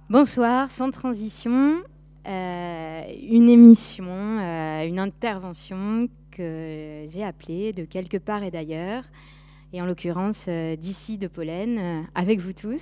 Bonsoir, sans transition, une émission, une intervention que j'ai appelée de quelque part et d'ailleurs, et en l'occurrence d'ici de Pollen, avec vous tous.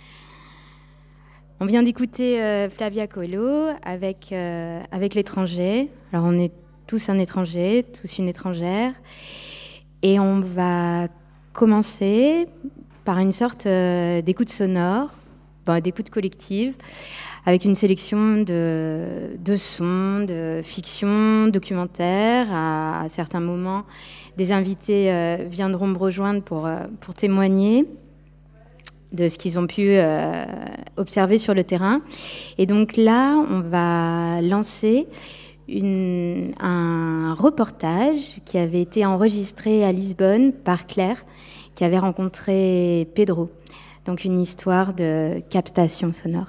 On vient d'écouter Flavia Coelho avec l'étranger. Alors on est tous un étranger, tous une étrangère, et on va commencer par une sorte d'écoute sonore, d'écoute collective, avec une sélection de sons, de fiction, documentaires. À certains moments, des invités viendront me rejoindre pour témoigner de ce qu'ils ont pu observer sur le terrain. Et donc là, on va lancer un reportage qui avait été enregistré à Lisbonne par Claire, qui avait rencontré Pedro. Donc une histoire de captation sonore.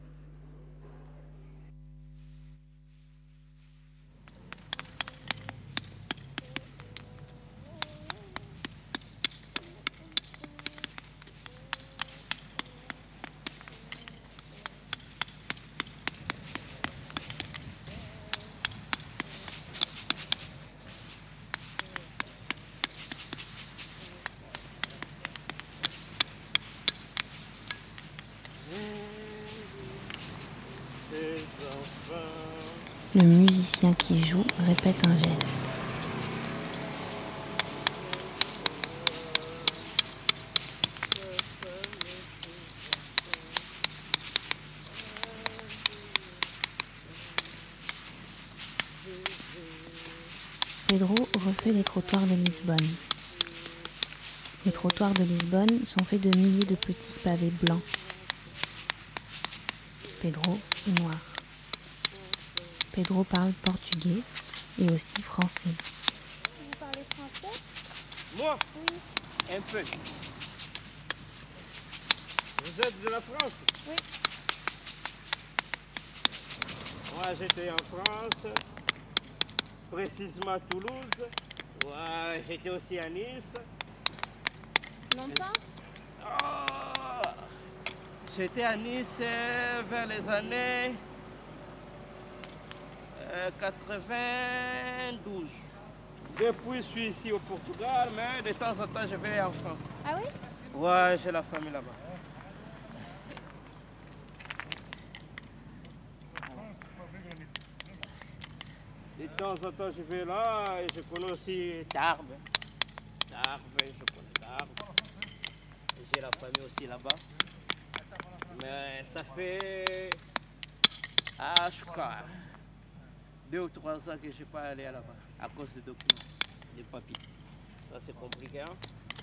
Le musicien qui joue répète un geste. Pedro refait les trottoirs de Lisbonne. Les trottoirs de Lisbonne sont faits de milliers de petits pavés blancs. Pedro est noir. Pedro parle portugais et aussi français. Vous parlez français ? Moi ? Oui. Un peu. Vous êtes de la France ? Oui. Moi, j'étais en France, précisément à Toulouse. Ouais, j'étais aussi à Nice. Longtemps ? Oh, j'étais à Nice vers les années 92. Depuis, je suis ici au Portugal, mais de temps en temps, je vais en France. Ah oui ? Ouais, j'ai la famille là-bas. De temps en temps, je vais là et je connais aussi Tarbes. Je connais Tarbes. J'ai la famille aussi là-bas. Mais ça fait, je crois, 2 ou 3 ans que je n'ai pas allé là-bas à cause des documents, des papiers. Ça, c'est compliqué, hein?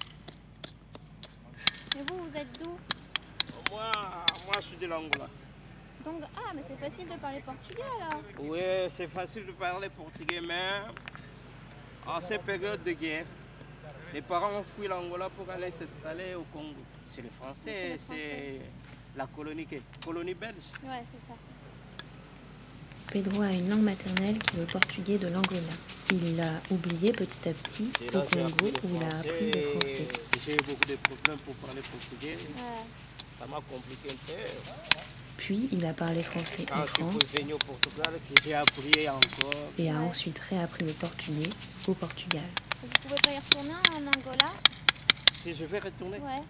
Et vous êtes d'où ? Moi, je suis de l'Angola. Donc, mais c'est facile de parler portugais alors. Oui, c'est facile de parler portugais, mais en cette période de guerre, les parents ont fui l'Angola pour aller s'installer au Congo. C'est le français, c'est la colonie belge. Ouais, c'est ça. Pedro a une langue maternelle qui est le portugais de l'Angola. Il l'a oublié petit à petit au Congo où il a appris le français. J'ai eu beaucoup de problèmes pour parler portugais. Ouais. Ça m'a compliqué un peu. Puis il a parlé français en France Quand je suis venu au Portugal, j'ai appris encore. et a ensuite réappris le portugais au Portugal. Vous pouvez pas y retourner en Angola ? Si je vais retourner? Ouais.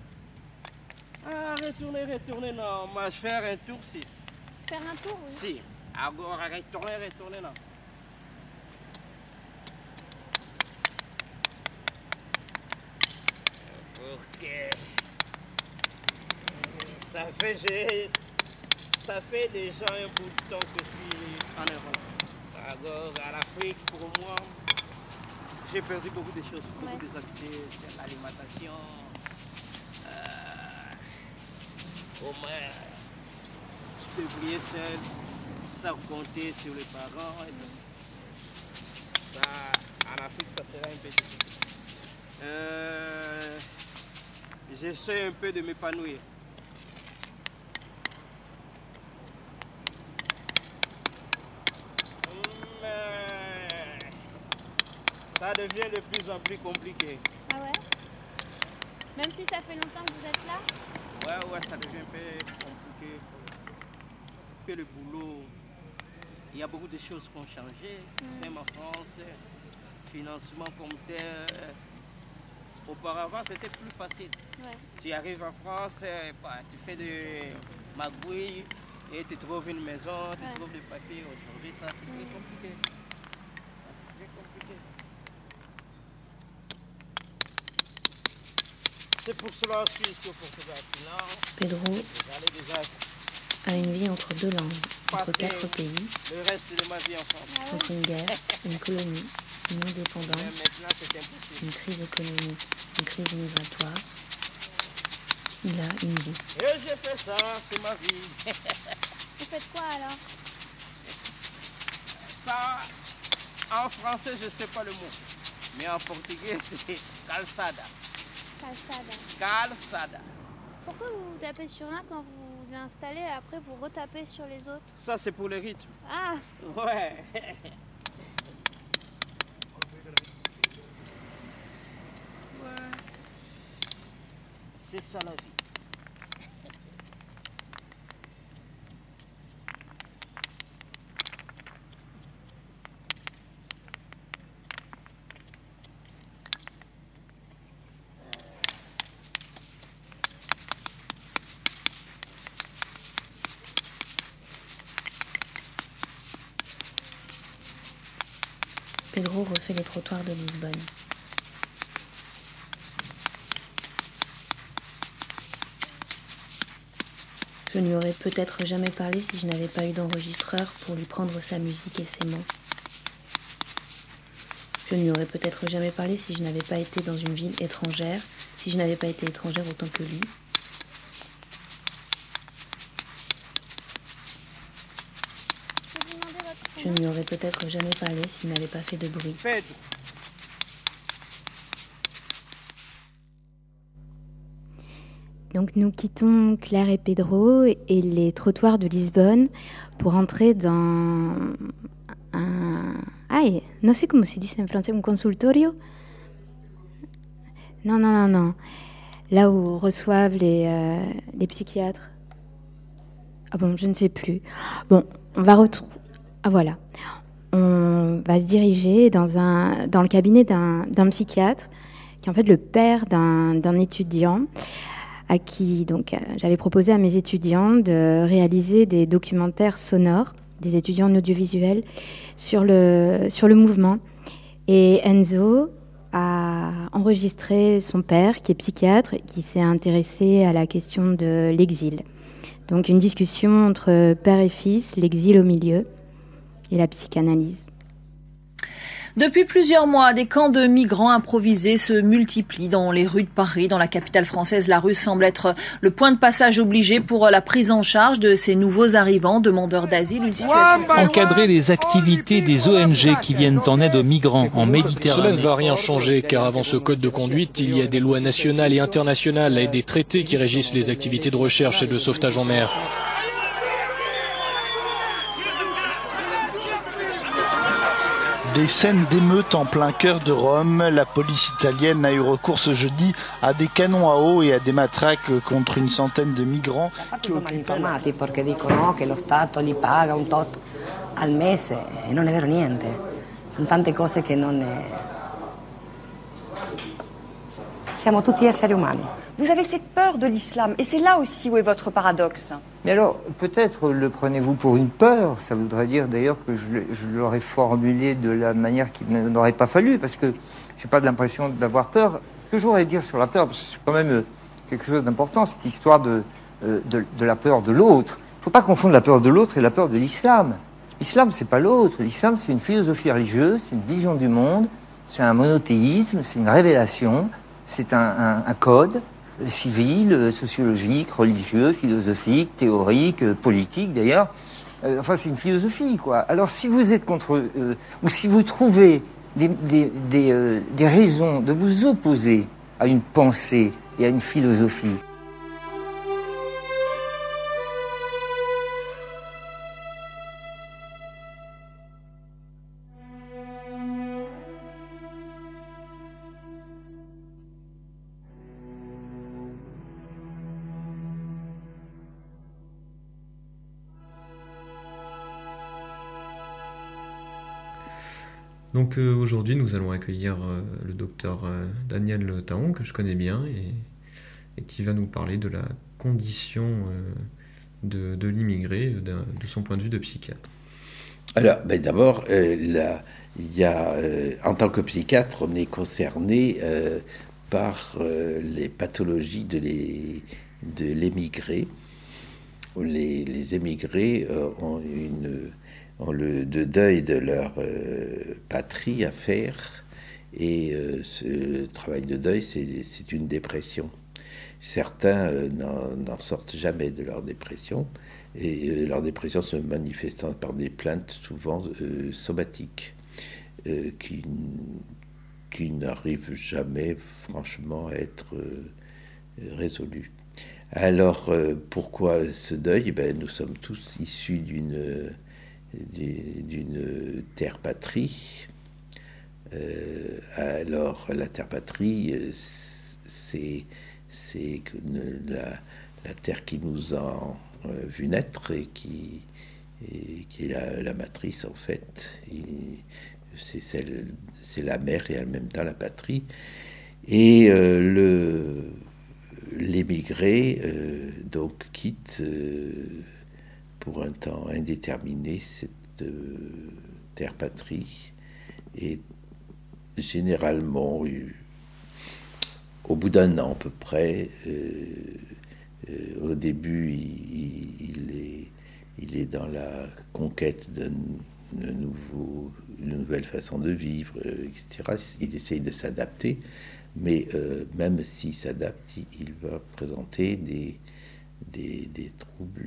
Retourner, non. Moi, je vais faire un tour, si. Faire un tour, oui. Si. Alors, retourner, non. Ok. Ça fait déjà un bout de temps que je suis en Europe. Alors, à l'Afrique, pour moi, j'ai perdu beaucoup de choses, beaucoup des habitudes, de l'alimentation. Au moins, je peux briller seul, sans compter sur les parents. Ça, en Afrique, ça serait un peu difficile. J'essaie un peu de m'épanouir. Mais ça devient de plus en plus compliqué. Ah ouais ? Même si ça fait longtemps que vous êtes là ? Ouais, ça devient un peu compliqué. que le boulot, il y a beaucoup de choses qui ont changé. Même en France, financement comme tel. Auparavant, c'était plus facile. Ouais. Tu arrives en France, tu fais de magouilles et tu trouves une maison, tu trouves des papiers. Aujourd'hui, ça, c'est très compliqué. Ça, c'est très compliqué. C'est pour cela aussi ici au Portugal. Sinon, Pedro a une vie entre deux langues, entre 4 pays, le reste de ma vie en France. entre une guerre, une colonie, une Mais indépendance, maintenant, c'est impossible. une crise économique, une crise migratoire. Il a une vie. Et j'ai fait ça, c'est ma vie. Vous faites quoi alors? Ça, en français, je ne sais pas le mot. Mais en portugais, c'est calçada. Calçada. Calçada. Pourquoi vous tapez sur un quand vous l'installez et après vous retapez sur les autres? Ça, c'est pour le rythme. Ah, Ouais. Ouais. C'est ça la vie. Pedro refait les trottoirs de Lisbonne. Je ne lui aurais peut-être jamais parlé si je n'avais pas eu d'enregistreur pour lui prendre sa musique et ses mots. Je ne lui aurais peut-être jamais parlé si je n'avais pas été dans une ville étrangère, si je n'avais pas été étrangère autant que lui. je peux vous demander votre Je ne lui aurais peut-être jamais parlé s'il n'avait pas fait de bruit. Pedro. Donc nous quittons Claire et Pedro et les trottoirs de Lisbonne pour entrer dans un... Ay, no sé cómo se dice en français, un consultorio? Non. Là où reçoivent les psychiatres. Ah bon, je ne sais plus. Bon, on va retrouver... Ah voilà. On va se diriger dans le cabinet d'un psychiatre qui est en fait le père d'un étudiant à qui donc j'avais proposé à mes étudiants de réaliser des documentaires sonores, des étudiants en audiovisuel, sur le mouvement. Et Enzo a enregistré son père, qui est psychiatre, qui s'est intéressé à la question de l'exil. Donc une discussion entre père et fils, l'exil au milieu et la psychanalyse. Depuis plusieurs mois, des camps de migrants improvisés se multiplient dans les rues de Paris. Dans la capitale française, la rue semble être le point de passage obligé pour la prise en charge de ces nouveaux arrivants, demandeurs d'asile. Une situation... Encadrer les activités des ONG qui viennent en aide aux migrants en Méditerranée. Cela ne va rien changer, car avant ce code de conduite, il y a des lois nationales et internationales et des traités qui régissent les activités de recherche et de sauvetage en mer. Des scènes d'émeutes en plein cœur de Rome. La police italienne a eu recours ce jeudi à des canons à eau et à des matraques contre une centaine de migrants qui occupaient la... perché dicono che lo Stato gli paga un tot al mese e non è vero niente. Sono tante cose che non è... Siamo tutti esseri umani. Vous avez cette peur de l'islam, et c'est là aussi où est votre paradoxe. Mais alors, peut-être le prenez-vous pour une peur, ça voudrait dire d'ailleurs que je l'aurais formulé de la manière qu'il n'aurait pas fallu, parce que j'ai pas l'impression d'avoir peur. Ce que je voudrais dire sur la peur, parce que c'est quand même quelque chose d'important, cette histoire de la peur de l'autre. Il ne faut pas confondre la peur de l'autre et la peur de l'islam. L'islam, c'est pas l'autre. L'islam, c'est une philosophie religieuse, c'est une vision du monde, c'est un monothéisme, c'est une révélation, c'est un code civil, sociologique, religieux, philosophique, théorique, politique d'ailleurs. Enfin, c'est une philosophie, quoi. Alors, si vous êtes contre... ou si vous trouvez des raisons de vous opposer à une pensée et à une philosophie, Donc aujourd'hui, nous allons accueillir le docteur Daniel Taon, que je connais bien, et qui va nous parler de la condition de l'immigré, de son point de vue de psychiatre. Alors, d'abord, en tant que psychiatre, on est concerné par les pathologies de l'émigré. Les émigrés ont le deuil de leur patrie à faire, et ce travail de deuil, c'est une dépression. Certains n'en sortent jamais de leur dépression, et leur dépression se manifestant par des plaintes souvent somatiques, qui n'arrivent jamais franchement à être résolues. Alors, pourquoi ce deuil ? Nous sommes tous issus d'une terre-patrie. Alors, la terre-patrie, c'est la terre qui nous a vu naître et qui est la matrice, en fait. C'est la mère et en même temps la patrie. Et l'émigré donc quitte pour un temps indéterminé cette terre-patrie, et généralement au bout d'un an à peu près, au début il est dans la conquête d'une nouvelle façon de vivre, etc. Il essaye de s'adapter, mais même s'il s'adapte, il va présenter des troubles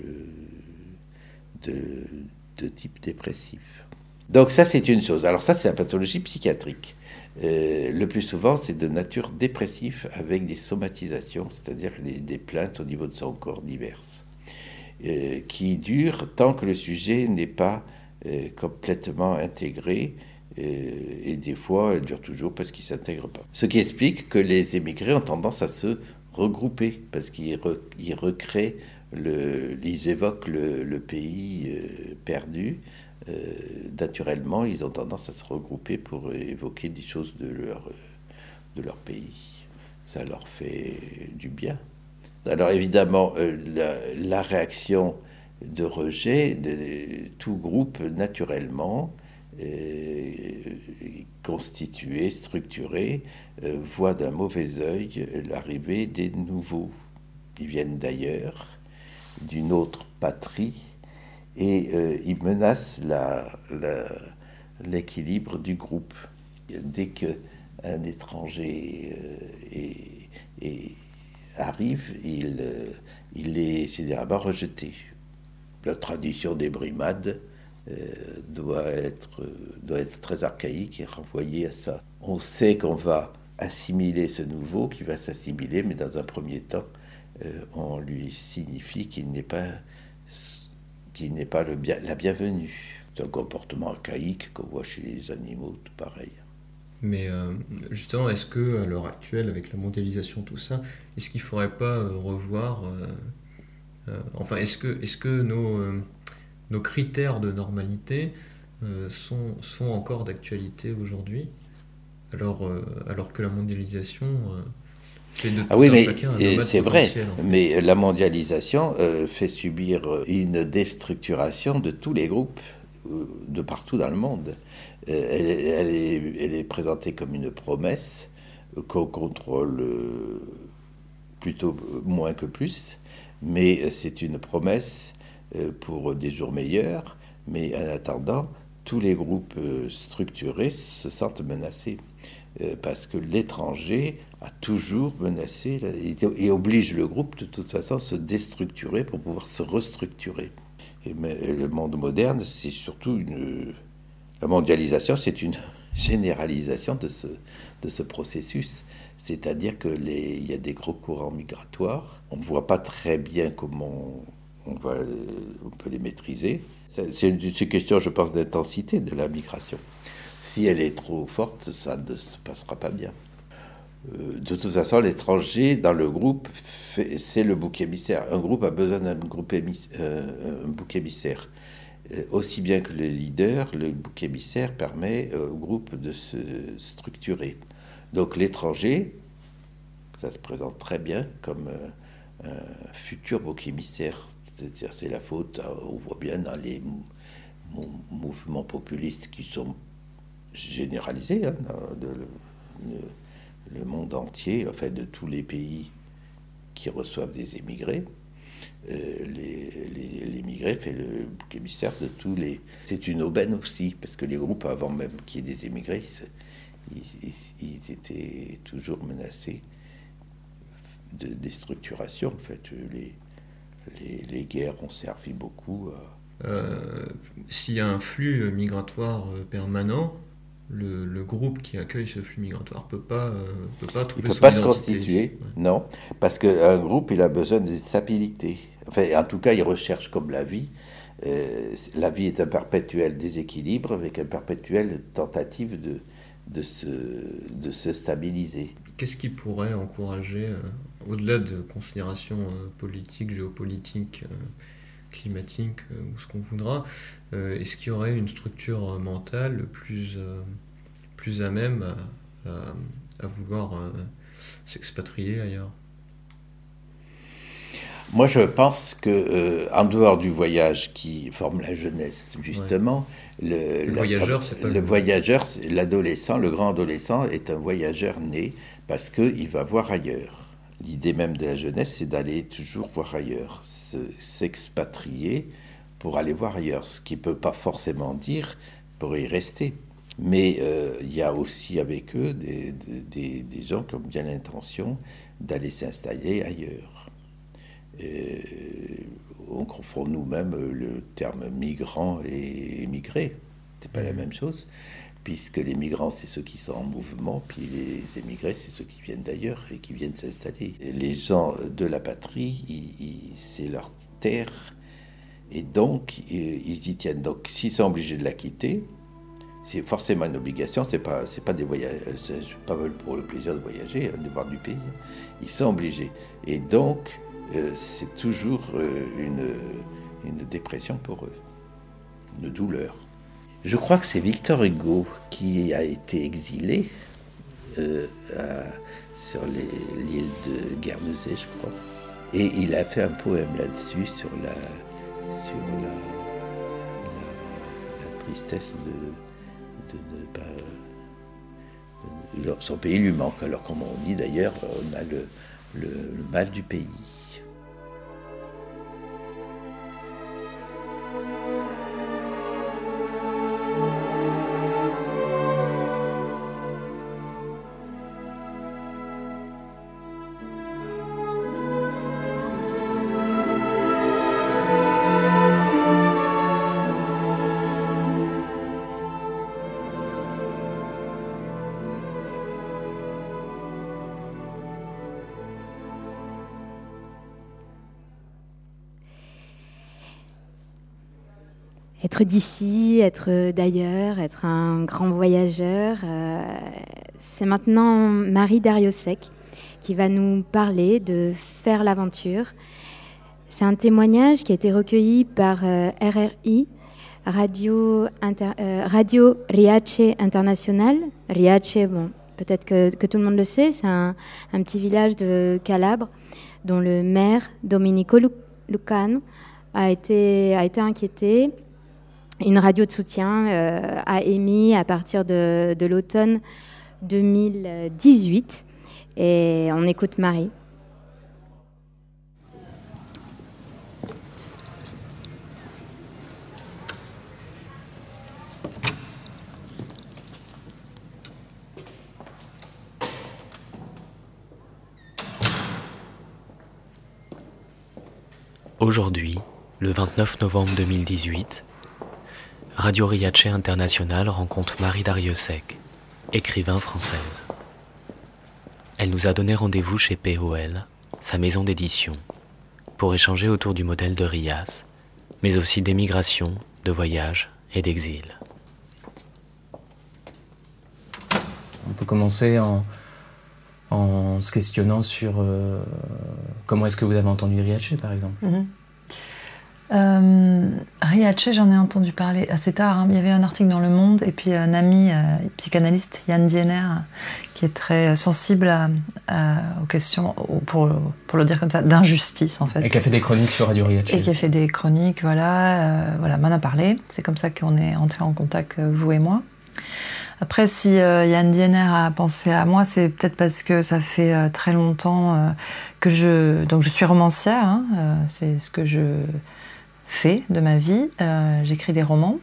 de type dépressif. Donc ça, c'est une chose. Alors ça, c'est la pathologie psychiatrique. Le plus souvent, c'est de nature dépressive avec des somatisations, c'est-à-dire des plaintes au niveau de son corps diverses, qui durent tant que le sujet n'est pas complètement intégré, et des fois, elles durent toujours parce qu'ils ne s'intègrent pas. Ce qui explique que les émigrés ont tendance à se regrouper, parce qu'ils recréent, ils évoquent le pays perdu. Naturellement, ils ont tendance à se regrouper pour évoquer des choses de leur pays. Ça leur fait du bien. Alors évidemment, la réaction de rejet de tout groupe, naturellement, constitué, structuré, voit d'un mauvais œil l'arrivée des nouveaux. Ils viennent d'ailleurs, d'une autre patrie, et ils menacent l'équilibre du groupe. Dès qu'un étranger arrive, il est généralement rejeté. La tradition des brimades doit être très archaïque et renvoyée à ça. On sait qu'on va assimiler ce nouveau, qui va s'assimiler, mais dans un premier temps, on lui signifie qu'il n'est pas la bienvenue. C'est un comportement archaïque qu'on voit chez les animaux, tout pareil. Mais justement, est-ce que à l'heure actuelle, avec la mondialisation, tout ça, est-ce qu'il ne faudrait pas revoir... est-ce que nos critères de normalité sont encore d'actualité aujourd'hui, alors que la mondialisation fait de tout chacun un nomade c'est vrai, en fait. Mais la mondialisation fait subir une déstructuration de tous les groupes de partout dans le monde. Elle est présentée comme une promesse qu'on contrôle plutôt moins que plus, mais c'est une promesse pour des jours meilleurs, mais en attendant, tous les groupes structurés se sentent menacés, parce que l'étranger a toujours menacé et oblige le groupe de toute façon à se déstructurer pour pouvoir se restructurer. Mais le monde moderne, c'est surtout la mondialisation, c'est une généralisation de ce processus. C'est-à-dire qu'il y a des gros courants migratoires. On ne voit pas très bien comment on peut les maîtriser. C'est une question, je pense, d'intensité de la migration. Si elle est trop forte, ça ne se passera pas bien. De toute façon, l'étranger, dans le groupe, c'est le bouc émissaire. Un groupe a besoin d'un bouc émissaire. aussi bien que le leader, le bouc émissaire permet au groupe de se structurer. Donc l'étranger, ça se présente très bien comme un futur bouc émissaire. C'est-à-dire, c'est la faute, on voit bien dans les mouvements populistes qui sont généralisés dans le monde entier, enfin de tous les pays qui reçoivent des émigrés. L'émigré fait le bouc émissaire de tous les... C'est une aubaine aussi, parce que les groupes, avant même qu'il y ait des émigrés, ils étaient toujours menacés de déstructuration. En fait, les guerres ont servi beaucoup à... S'il y a un flux migratoire permanent, le groupe qui accueille ce flux migratoire peut pas trouver son identité. Il peut pas se constituer, non, parce qu'un groupe, il a besoin de stabilité. Enfin, en tout cas, il recherche comme la vie. La vie est un perpétuel déséquilibre avec une perpétuelle tentative de se stabiliser. Qu'est-ce qui pourrait encourager, au-delà de considérations politiques, géopolitiques, climatiques, ou ce qu'on voudra, est-ce qu'il y aurait une structure mentale plus à même à vouloir s'expatrier ailleurs? Moi, je pense que en dehors du voyage qui forme la jeunesse, justement, le voyageur, c'est pas le voyageur, l'adolescent, le grand adolescent est un voyageur né parce qu'il va voir ailleurs. L'idée même de la jeunesse, c'est d'aller toujours voir ailleurs, s'expatrier pour aller voir ailleurs, ce qui ne peut pas forcément dire pour y rester. Mais il y a aussi avec eux des gens qui ont bien l'intention d'aller s'installer ailleurs. On confond nous-mêmes le terme migrant et émigré. C'est pas la même chose, puisque les migrants, c'est ceux qui sont en mouvement, puis les émigrés, c'est ceux qui viennent d'ailleurs et qui viennent s'installer. Les gens de la patrie, c'est leur terre, et donc ils y tiennent. Donc s'ils sont obligés de la quitter, c'est forcément une obligation. C'est pas des voyages, c'est pas pour le plaisir de voyager, de voir du pays. Ils sont obligés, et donc c'est toujours une dépression pour eux, une douleur. Je crois que c'est Victor Hugo qui a été exilé sur l'île de Guernesey, je crois. Et il a fait un poème là-dessus sur la tristesse de ne pas... son pays lui manque. Alors, comme on dit d'ailleurs, on a le mal du pays. Être d'ici, être d'ailleurs, être un grand voyageur. C'est maintenant Marie Darrieussecq qui va nous parler de Faire l'aventure. C'est un témoignage qui a été recueilli par RRI, Radio Riace International. Riace, bon, peut-être que tout le monde le sait, c'est un petit village de Calabre dont le maire Domenico Lucano a été inquiété. Une radio de soutien a émis à partir de l'automne 2018. Et on écoute Marie. Aujourd'hui, le 29 novembre 2018, Radio Riace International rencontre Marie Darrieussecq, écrivain française. Elle nous a donné rendez-vous chez POL, sa maison d'édition, pour échanger autour du modèle de Rias, mais aussi d'émigration, de voyage et d'exil. On peut commencer en se questionnant sur comment est-ce que vous avez entendu Riace, par exemple. Riace, j'en ai entendu parler assez tard. Hein. Il y avait un article dans Le Monde, et puis un ami psychanalyste, Yann Diener, qui est très sensible aux questions, pour le dire comme ça, d'injustice, en fait. Et qui a fait des chroniques sur Radio Riace. Et qui a fait des chroniques, voilà, m'en a parlé. C'est comme ça qu'on est entrés en contact, vous et moi. Après, si Yann Diener a pensé à moi, c'est peut-être parce que ça fait très longtemps que je suis romancière, hein, c'est ce que je fais de ma vie. J'écris des romans.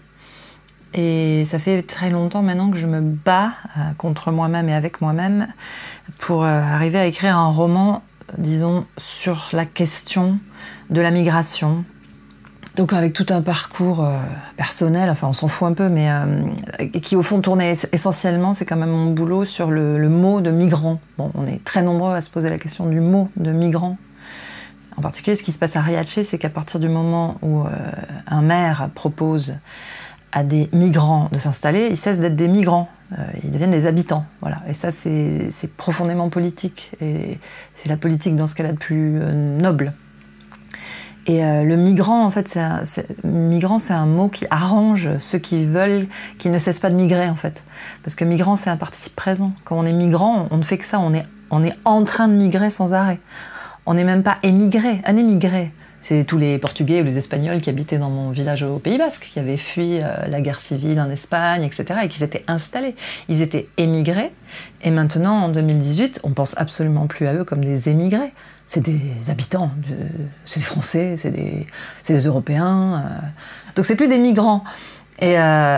Et ça fait très longtemps maintenant que je me bats contre moi-même et avec moi-même pour arriver à écrire un roman, disons, sur la question de la migration. Donc avec tout un parcours personnel, enfin on s'en fout un peu, mais qui au fond tournait essentiellement, c'est quand même mon boulot, sur le mot de migrant. Bon, on est très nombreux à se poser la question du mot de migrant. En particulier, ce qui se passe à Riace, c'est qu'à partir du moment où un maire propose à des migrants de s'installer, ils cessent d'être des migrants, ils deviennent des habitants. Voilà. Et ça, c'est profondément politique. Et c'est la politique dans ce cas-là de plus noble. Et le migrant, en fait, migrant, c'est un mot qui arrange ceux qui veulent qu'ils ne cessent pas de migrer, en fait. Parce que migrant, c'est un participe présent. Quand on est migrant, on ne fait que ça. On est en train de migrer sans arrêt. On n'est même pas émigré. Un émigré, c'est tous les Portugais ou les Espagnols qui habitaient dans mon village au Pays Basque, qui avaient fui la guerre civile en Espagne, etc., et qui s'étaient installés. Ils étaient émigrés. Et maintenant, en 2018, on pense absolument plus à eux comme des émigrés. C'est des habitants, c'est des Français, c'est des Européens. Donc c'est plus des migrants. Et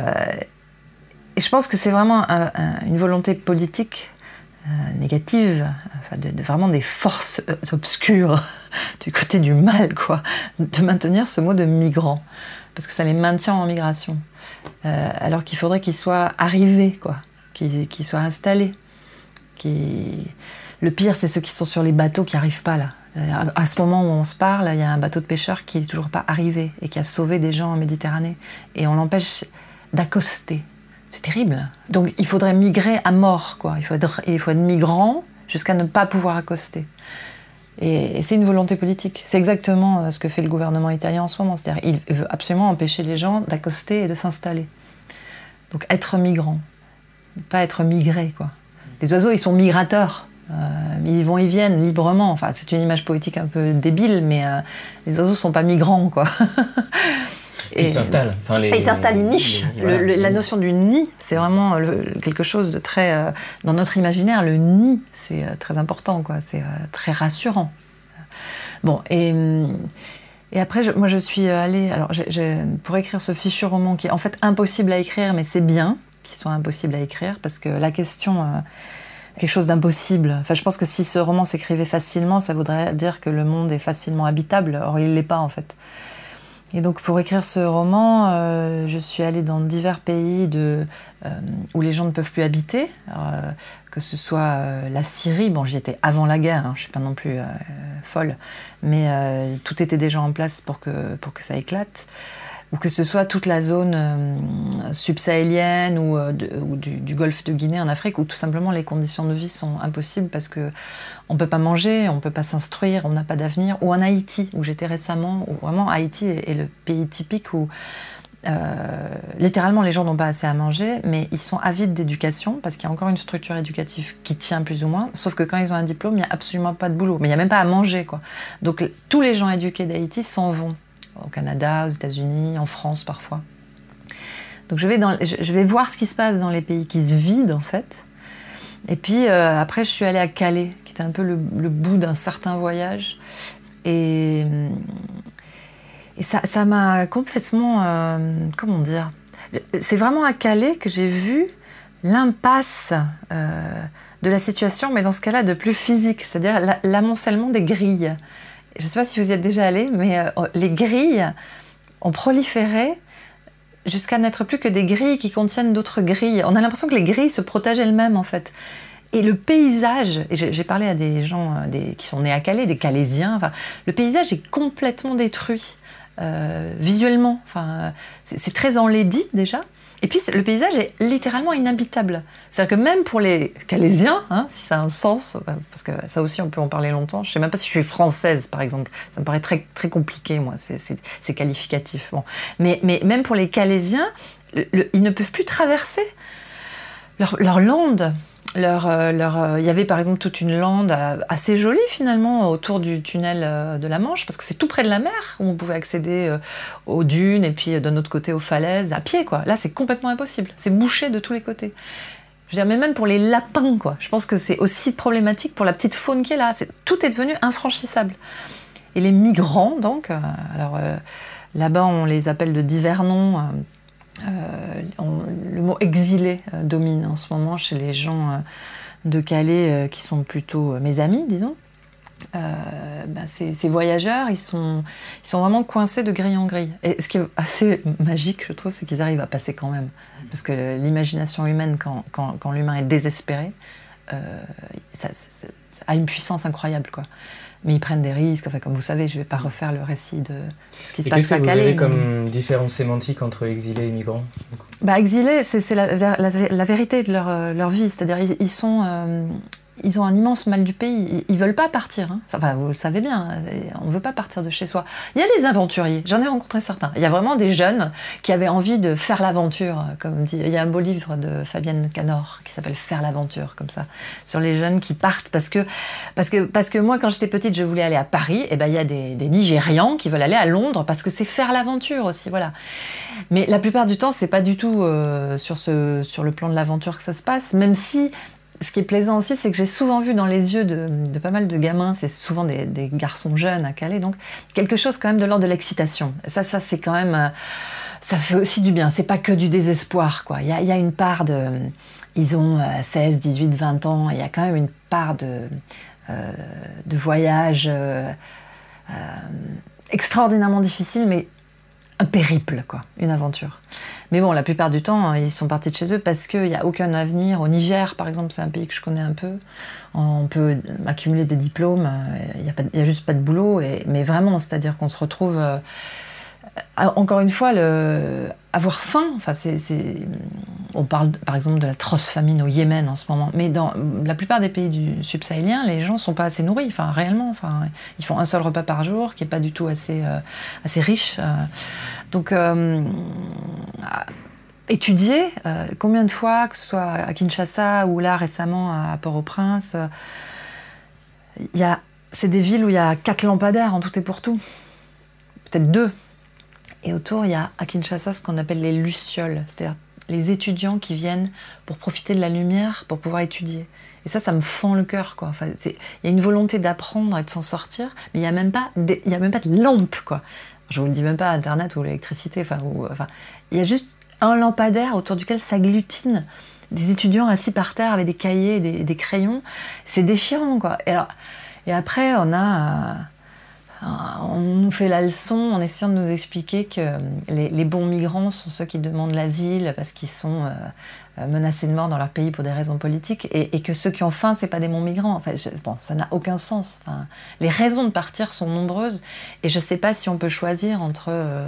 je pense que c'est vraiment une volonté politique négative, enfin de vraiment des forces obscures du côté du mal, quoi, de maintenir ce mot de migrant, parce que ça les maintient en migration, alors qu'il faudrait qu'ils soient arrivés, quoi, qu'ils soient installés. Le pire, c'est ceux qui sont sur les bateaux qui n'arrivent pas là. À ce moment où on se parle, il y a un bateau de pêcheurs qui n'est toujours pas arrivé et qui a sauvé des gens en Méditerranée, et on l'empêche d'accoster. C'est terrible. Donc il faudrait migrer à mort, quoi. Il faut être migrant jusqu'à ne pas pouvoir accoster. Et c'est une volonté politique. C'est exactement ce que fait le gouvernement italien en ce moment. C'est-à-dire qu'il veut absolument empêcher les gens d'accoster et de s'installer. Donc être migrant, pas être migré, quoi. Les oiseaux, ils sont migrateurs. Ils vont et viennent librement. Enfin, c'est une image poétique un peu débile, mais les oiseaux ne sont pas migrants, quoi. Ils s'installent. Ils s'installent, ils nichent. La notion du nid, c'est vraiment quelque chose de très... dans notre imaginaire, le nid, c'est très important, quoi. C'est très rassurant. Bon, et après, moi, je suis allée... Alors, pour écrire ce fichu roman, qui est en fait impossible à écrire, mais c'est bien qu'il soit impossible à écrire, parce que la question... quelque chose d'impossible. Enfin, je pense que si ce roman s'écrivait facilement, ça voudrait dire que le monde est facilement habitable. Or, il ne l'est pas, en fait. Et donc, pour écrire ce roman, je suis allée dans divers pays où les gens ne peuvent plus habiter. Alors, que ce soit la Syrie, bon, j'y étais avant la guerre, hein, je ne suis pas non plus folle, mais tout était déjà en place pour que ça éclate. Ou que ce soit toute la zone subsahélienne ou du golfe de Guinée en Afrique, où tout simplement les conditions de vie sont impossibles parce qu'on ne peut pas manger, on ne peut pas s'instruire, on n'a pas d'avenir. Ou en Haïti, où j'étais récemment, où vraiment Haïti est le pays typique où littéralement les gens n'ont pas assez à manger, mais ils sont avides d'éducation parce qu'il y a encore une structure éducative qui tient plus ou moins, sauf que quand ils ont un diplôme, il n'y a absolument pas de boulot, mais il n'y a même pas à manger, quoi. Donc tous les gens éduqués d'Haïti s'en vont. Au Canada, aux États-Unis, en France parfois. Donc je vais voir ce qui se passe dans les pays qui se vident en fait. Et puis après je suis allée à Calais, qui était un peu le bout d'un certain voyage. Et ça m'a complètement... comment dire ? C'est vraiment à Calais que j'ai vu l'impasse de la situation, mais dans ce cas-là de plus physique, c'est-à-dire l'amoncellement des grilles. Je ne sais pas si vous y êtes déjà allé, mais les grilles ont proliféré jusqu'à n'être plus que des grilles qui contiennent d'autres grilles. On a l'impression que les grilles se protègent elles-mêmes, en fait. Et le paysage, et j'ai parlé à des gens qui sont nés à Calais, des Calaisiens, enfin, le paysage est complètement détruit, visuellement. Enfin, c'est très enlaidi, déjà. Et puis le paysage est littéralement inhabitable. C'est-à-dire que même pour les Calaisiens, si ça a un sens, parce que ça aussi on peut en parler longtemps, je ne sais même pas si je suis française par exemple, ça me paraît très, très compliqué moi, c'est qualificatif. Bon. Mais même pour les Calaisiens, ils ne peuvent plus traverser leur lande. Il y avait par exemple toute une lande assez jolie finalement autour du tunnel de la Manche, parce que c'est tout près de la mer où on pouvait accéder aux dunes et puis d'un autre côté aux falaises à pied, quoi. Là c'est complètement impossible, c'est bouché de tous les côtés. Je veux dire, mais même pour les lapins, quoi. Je pense que c'est aussi problématique pour la petite faune qui est là. Tout est devenu infranchissable. Et les migrants, donc, là-bas on les appelle de divers noms. Le mot exilé domine en ce moment chez les gens de Calais qui sont plutôt mes amis, disons. Ces voyageurs, ils sont vraiment coincés de grille en grille. Et ce qui est assez magique, je trouve, c'est qu'ils arrivent à passer quand même. Parce que l'imagination humaine, quand l'humain est désespéré, ça a une puissance incroyable, quoi. Mais ils prennent des risques. Enfin, comme vous savez, je ne vais pas refaire le récit de ce qui se passe à Calais. Qu'est-ce que vous avez comme différence sémantique entre exilés et migrants? Exilés, c'est la vérité de leur vie. C'est-à-dire, ils ont un immense mal du pays. Ils veulent pas partir. Enfin, vous le savez bien, on veut pas partir de chez soi. Il y a des aventuriers, j'en ai rencontré certains. Il y a vraiment des jeunes qui avaient envie de faire l'aventure, comme dit. Il y a un beau livre de Fabienne Canor qui s'appelle Faire l'aventure, comme ça, sur les jeunes qui partent parce que moi, quand j'étais petite, je voulais aller à Paris. Et il y a des Nigérians qui veulent aller à Londres parce que c'est faire l'aventure aussi, voilà. Mais la plupart du temps, c'est pas du tout sur le plan de l'aventure que ça se passe, même si. Ce qui est plaisant aussi, c'est que j'ai souvent vu dans les yeux de pas mal de gamins, c'est souvent des garçons jeunes à Calais, donc quelque chose quand même de l'ordre de l'excitation. Ça c'est quand même... ça fait aussi du bien, c'est pas que du désespoir, quoi. Il y a une part de... Ils ont 16, 18, 20 ans, il y a quand même une part de voyage extraordinairement difficile, mais un périple, quoi, une aventure. Mais bon, la plupart du temps, ils sont partis de chez eux parce qu'il n'y a aucun avenir. Au Niger, par exemple, c'est un pays que je connais un peu. On peut accumuler des diplômes, il n'y a juste pas de boulot. Mais vraiment, c'est-à-dire qu'on se retrouve... encore une fois, avoir faim, enfin, on parle par exemple de l'atroce famine au Yémen en ce moment, mais dans la plupart des pays du subsahélien, les gens ne sont pas assez nourris, enfin, réellement. Enfin, ils font un seul repas par jour qui n'est pas du tout assez riche. Donc, étudier, combien de fois, que ce soit à Kinshasa ou là récemment à Port-au-Prince, c'est des villes où il y a 4 lampadaires en tout et pour tout, peut-être 2. Et autour, il y a à Kinshasa ce qu'on appelle les lucioles, c'est-à-dire les étudiants qui viennent pour profiter de la lumière, pour pouvoir étudier. Et ça me fend le cœur, quoi. Enfin, il y a une volonté d'apprendre et de s'en sortir, mais il n'y a même pas de lampe, quoi. Je vous le dis même pas Internet ou l'électricité. Enfin, il y a juste un lampadaire autour duquel s'agglutinent des étudiants assis par terre avec des cahiers, des crayons. C'est déchirant, quoi. Et après, on nous fait la leçon en essayant de nous expliquer que les bons migrants sont ceux qui demandent l'asile parce qu'ils sont menacés de mort dans leur pays pour des raisons politiques et que ceux qui ont faim, c'est pas des bons migrants. Enfin, ça n'a aucun sens. Enfin, les raisons de partir sont nombreuses et je sais pas si on peut choisir entre...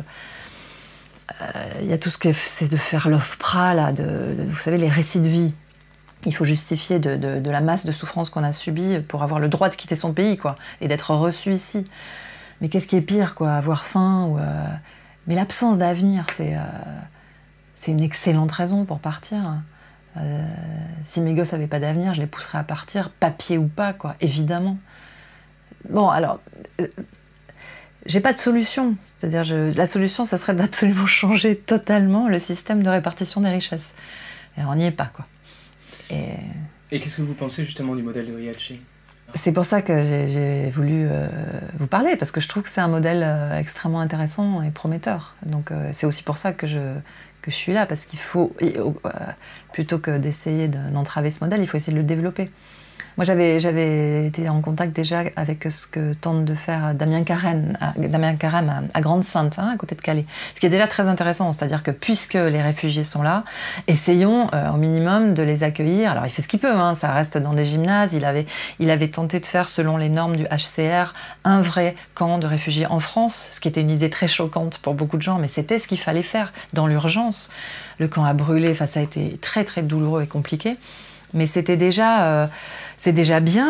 y a tout ce que c'est de faire l'OFPRA, là, vous savez, les récits de vie. Il faut justifier de la masse de souffrances qu'on a subies pour avoir le droit de quitter son pays, quoi, et d'être reçu ici. Mais qu'est-ce qui est pire, quoi, avoir faim Mais l'absence d'avenir, c'est une excellente raison pour partir. Si mes gosses n'avaient pas d'avenir, je les pousserais à partir, papier ou pas, quoi, évidemment. Bon, alors... j'ai pas de solution. C'est-à-dire, la solution, ça serait d'absolument changer totalement le système de répartition des richesses. Et on n'y est pas, quoi. Et qu'est-ce que vous pensez justement du modèle de Riace? C'est pour ça que j'ai voulu vous parler, parce que je trouve que c'est un modèle extrêmement intéressant et prometteur. Donc c'est aussi pour ça que je suis là, parce qu'il faut, plutôt que d'essayer d'entraver ce modèle, il faut essayer de le développer. Moi, j'avais été en contact déjà avec ce que tente de faire Damien Carême à Grande-Sainte, à côté de Calais. Ce qui est déjà très intéressant, c'est-à-dire que puisque les réfugiés sont là, essayons au minimum de les accueillir. Alors, il fait ce qu'il peut, ça reste dans des gymnases. Il avait tenté de faire, selon les normes du HCR, un vrai camp de réfugiés en France, ce qui était une idée très choquante pour beaucoup de gens, mais c'était ce qu'il fallait faire dans l'urgence. Le camp a brûlé, ça a été très très douloureux et compliqué, mais c'était déjà... c'est déjà bien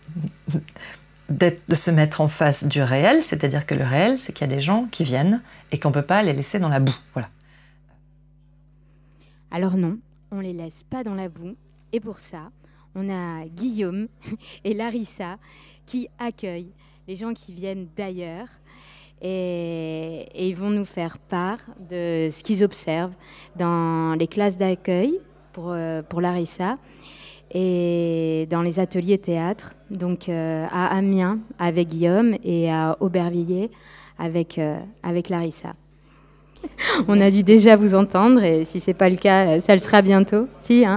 de se mettre en face du réel, c'est-à-dire que le réel, c'est qu'il y a des gens qui viennent et qu'on ne peut pas les laisser dans la boue. Voilà. Alors non, on ne les laisse pas dans la boue. Et pour ça, on a Guillaume et Larissa qui accueillent les gens qui viennent d'ailleurs. Et ils vont nous faire part de ce qu'ils observent dans les classes d'accueil pour Larissa. Et dans les ateliers théâtre, donc à Amiens avec Guillaume et à Aubervilliers avec Larissa. On a dû déjà vous entendre et si ce n'est pas le cas, ça le sera bientôt. Si, hein ?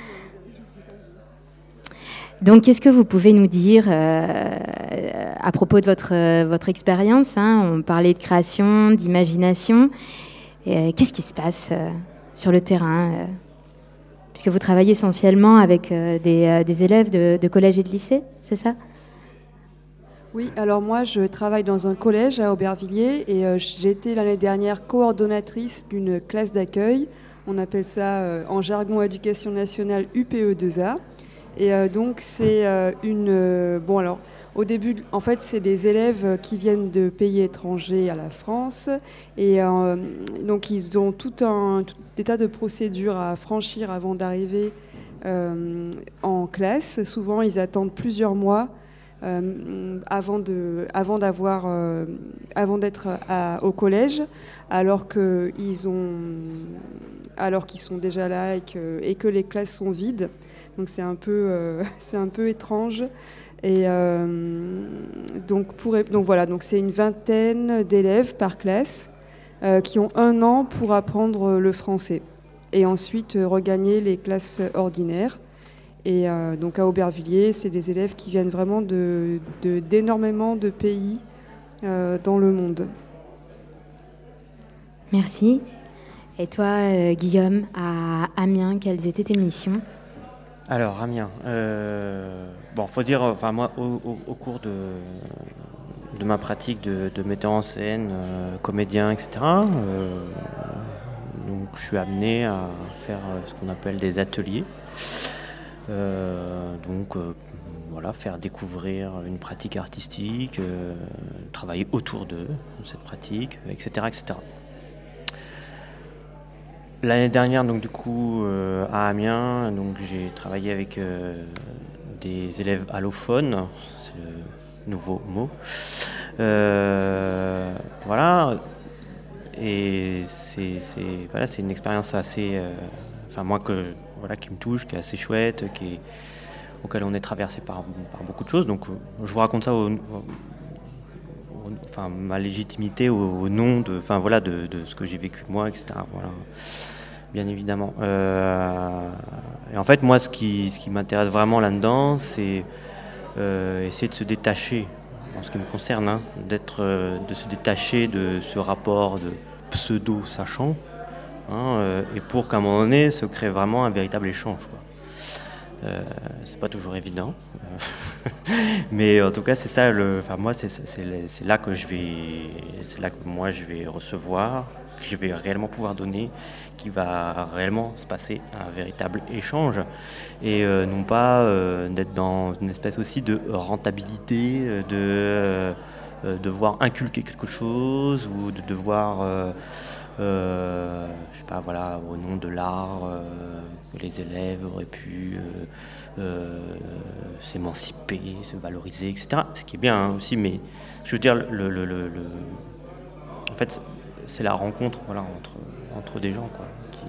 Donc, qu'est-ce que vous pouvez nous dire à propos de votre expérience, On parlait de création, d'imagination. Qu'est-ce qui se passe sur le terrain puisque vous travaillez essentiellement avec des élèves de collège et de lycée, c'est ça ? Oui, alors moi je travaille dans un collège à Aubervilliers et j'ai été l'année dernière coordonnatrice d'une classe d'accueil. On appelle ça en jargon éducation nationale UPE2A. Et donc c'est bon alors au début en fait c'est des élèves qui viennent de pays étrangers à la France et donc ils ont tout des tas de procédures à franchir avant d'arriver en classe. Souvent ils attendent plusieurs mois avant d'être au collège alors qu'ils sont déjà là et que les classes sont vides. Donc c'est un peu étrange. Et donc voilà, donc c'est une vingtaine d'élèves par classe qui ont 1 an pour apprendre le français et ensuite regagner les classes ordinaires. Et donc à Aubervilliers, c'est des élèves qui viennent vraiment d'énormément de pays dans le monde. Merci. Et toi, Guillaume, à Amiens, quelles étaient tes missions ? Alors, Amiens, faut dire, moi, au cours de ma pratique de metteur en scène, comédien, etc., donc je suis amené à faire ce qu'on appelle des ateliers. Faire découvrir une pratique artistique, travailler autour de cette pratique, etc., etc. L'année dernière, donc du coup, à Amiens, donc j'ai travaillé avec des élèves allophones, c'est le nouveau mot. Et c'est une expérience assez, qui me touche, qui est assez chouette, auquel on est traversé par beaucoup de choses. Donc, je vous raconte ça ma légitimité au nom de ce que j'ai vécu moi, etc. Voilà, bien évidemment. Et en fait, moi, ce qui m'intéresse vraiment là-dedans, c'est essayer de se détacher, en ce qui me concerne, de se détacher de ce rapport de pseudo-sachant, et pour qu'à un moment donné se crée vraiment un véritable échange, quoi. C'est pas toujours évident, mais en tout cas c'est ça. Moi c'est là que je vais recevoir, que je vais réellement pouvoir donner, qui va réellement se passer un véritable échange, et non pas d'être dans une espèce aussi de rentabilité, de devoir inculquer quelque chose ou de devoir au nom de l'art, que les élèves auraient pu s'émanciper, se valoriser, etc. Ce qui est bien aussi, mais je veux dire, en fait, c'est la rencontre, entre des gens, quoi.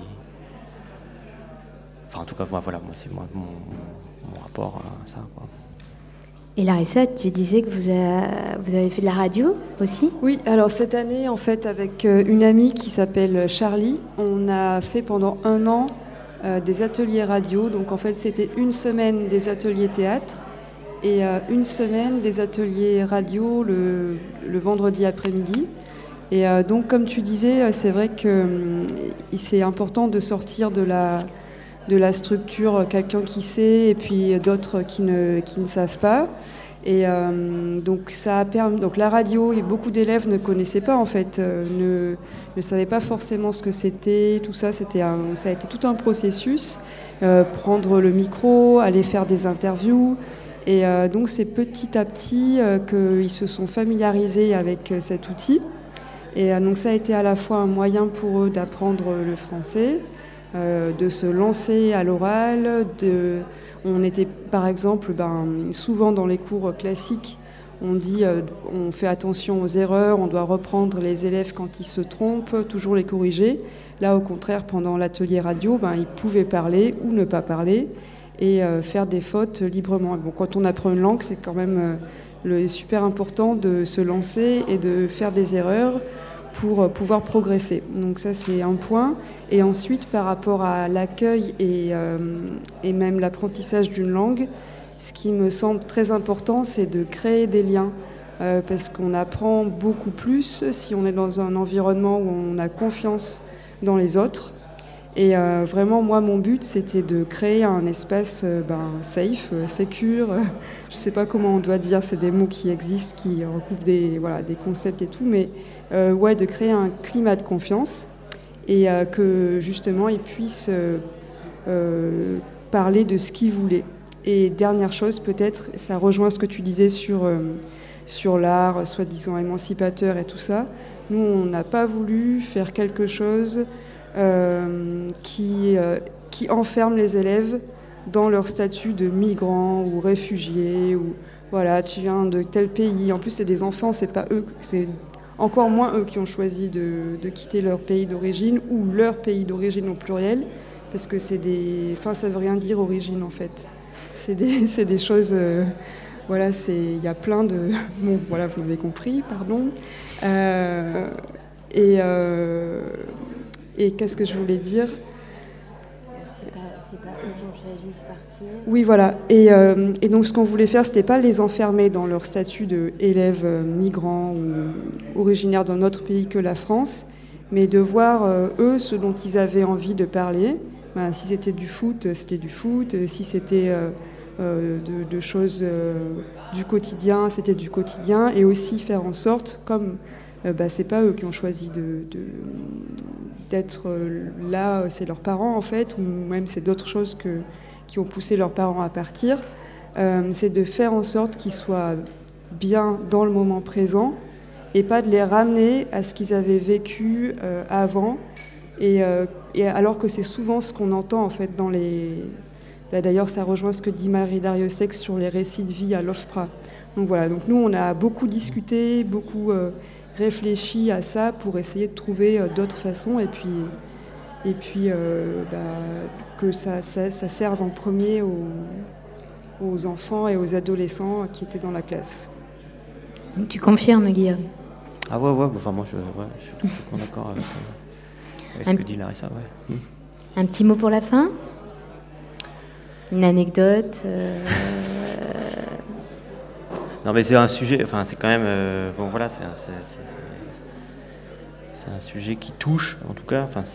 En tout cas, moi, c'est mon rapport à ça, quoi. Et Larissa, tu disais que vous avez fait de la radio aussi ? Oui, alors cette année, en fait, avec une amie qui s'appelle Charlie, on a fait pendant 1 an des ateliers radio. Donc en fait, c'était une semaine des ateliers théâtre et une semaine des ateliers radio le vendredi après-midi. Et donc, comme tu disais, c'est vrai que c'est important de sortir de la structure, quelqu'un qui sait et puis d'autres qui ne savent pas. Et donc, ça a permis. Donc, la radio, et beaucoup d'élèves ne connaissaient pas en fait, ne savaient pas forcément ce que c'était. Tout ça, ça a été tout un processus. Prendre le micro, aller faire des interviews. Et donc, c'est petit à petit qu'ils se sont familiarisés avec cet outil. Et donc ça a été à la fois un moyen pour eux d'apprendre le français, de se lancer à l'oral. On était par exemple souvent dans les cours classiques, on dit on fait attention aux erreurs, on doit reprendre les élèves quand ils se trompent, toujours les corriger. Là au contraire, pendant l'atelier radio, ils pouvaient parler ou ne pas parler et faire des fautes librement. Bon, quand on apprend une langue, c'est quand même super important de se lancer et de faire des erreurs pour pouvoir progresser. Donc ça, c'est un point. Et ensuite, par rapport à l'accueil et même l'apprentissage d'une langue, ce qui me semble très important, c'est de créer des liens. Parce qu'on apprend beaucoup plus si on est dans un environnement où on a confiance dans les autres. Et vraiment, moi, mon but, c'était de créer un espace safe, secure. Je ne sais pas comment on doit dire, c'est des mots qui existent, qui recouvrent des concepts et tout, mais de créer un climat de confiance et que justement, ils puissent parler de ce qu'ils voulaient. Et dernière chose, peut-être, ça rejoint ce que tu disais sur l'art, soi-disant émancipateur et tout ça. Nous, on n'a pas voulu faire quelque chose qui enferme les élèves dans leur statut de migrants ou réfugiés ou voilà, tu viens de tel pays. En plus, c'est des enfants, c'est pas eux, c'est encore moins eux qui ont choisi de quitter leur pays d'origine ou leur pays d'origine au pluriel, parce que ça veut rien dire origine en fait. C'est des choses. Il y a plein de. Bon, voilà, vous m'avez compris, pardon. Et qu'est-ce que je voulais dire ? C'est pas eux qui ont choisi de partir. Oui, voilà. Et donc, ce qu'on voulait faire, c'était pas les enfermer dans leur statut d'élèves migrants ou originaires d'un autre pays que la France, mais de voir, eux, ce dont ils avaient envie de parler. Si c'était du foot, c'était du foot. Si c'était de choses du quotidien, c'était du quotidien. Et aussi faire en sorte, comme c'est pas eux qui ont choisi d'être là, c'est leurs parents en fait, ou même c'est d'autres choses qui ont poussé leurs parents à partir, c'est de faire en sorte qu'ils soient bien dans le moment présent et pas de les ramener à ce qu'ils avaient vécu avant, et alors que c'est souvent ce qu'on entend en fait dans les... D'ailleurs, ça rejoint ce que dit Marie Dariussec sur les récits de vie à l'OFPRA. Donc voilà, donc nous on a beaucoup discuté, beaucoup réfléchi à ça pour essayer de trouver d'autres façons et puis que ça serve en premier aux enfants et aux adolescents qui étaient dans la classe. Tu confirmes, Guillaume ? Ah ouais, enfin moi je suis tout à fait d'accord avec ce que dit Larissa. Ouais. Un petit mot pour la fin ? Une anecdote Non mais c'est un sujet, enfin c'est quand même, c'est un sujet qui touche en tout cas, enfin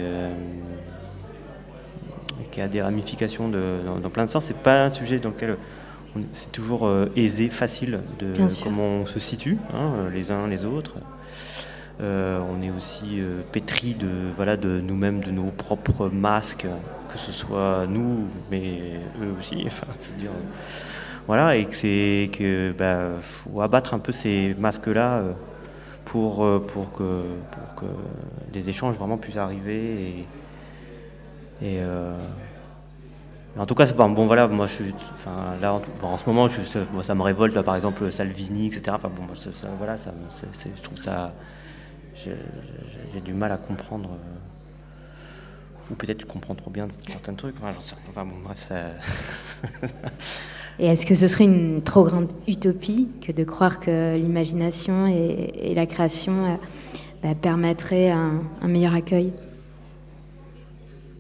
qui a des ramifications dans plein de sens. C'est pas un sujet dans lequel c'est toujours aisé, facile de comment on se situe, les uns les autres. On est aussi pétri de nous-mêmes, de nos propres masques, que ce soit nous, mais eux aussi. Enfin, je veux dire, voilà, et que faut abattre un peu ces masques-là pour que des échanges vraiment puissent arriver. Et en tout cas, voilà, moi en ce moment, ça me révolte là, par exemple Salvini, etc. Enfin bon, je trouve ça. J'ai du mal à comprendre, ou peut-être je comprends trop bien certains trucs. Enfin, j'en sais rien. Enfin, bon, bref, ça. Et est-ce que ce serait une trop grande utopie que de croire que l'imagination et la création permettraient un meilleur accueil ?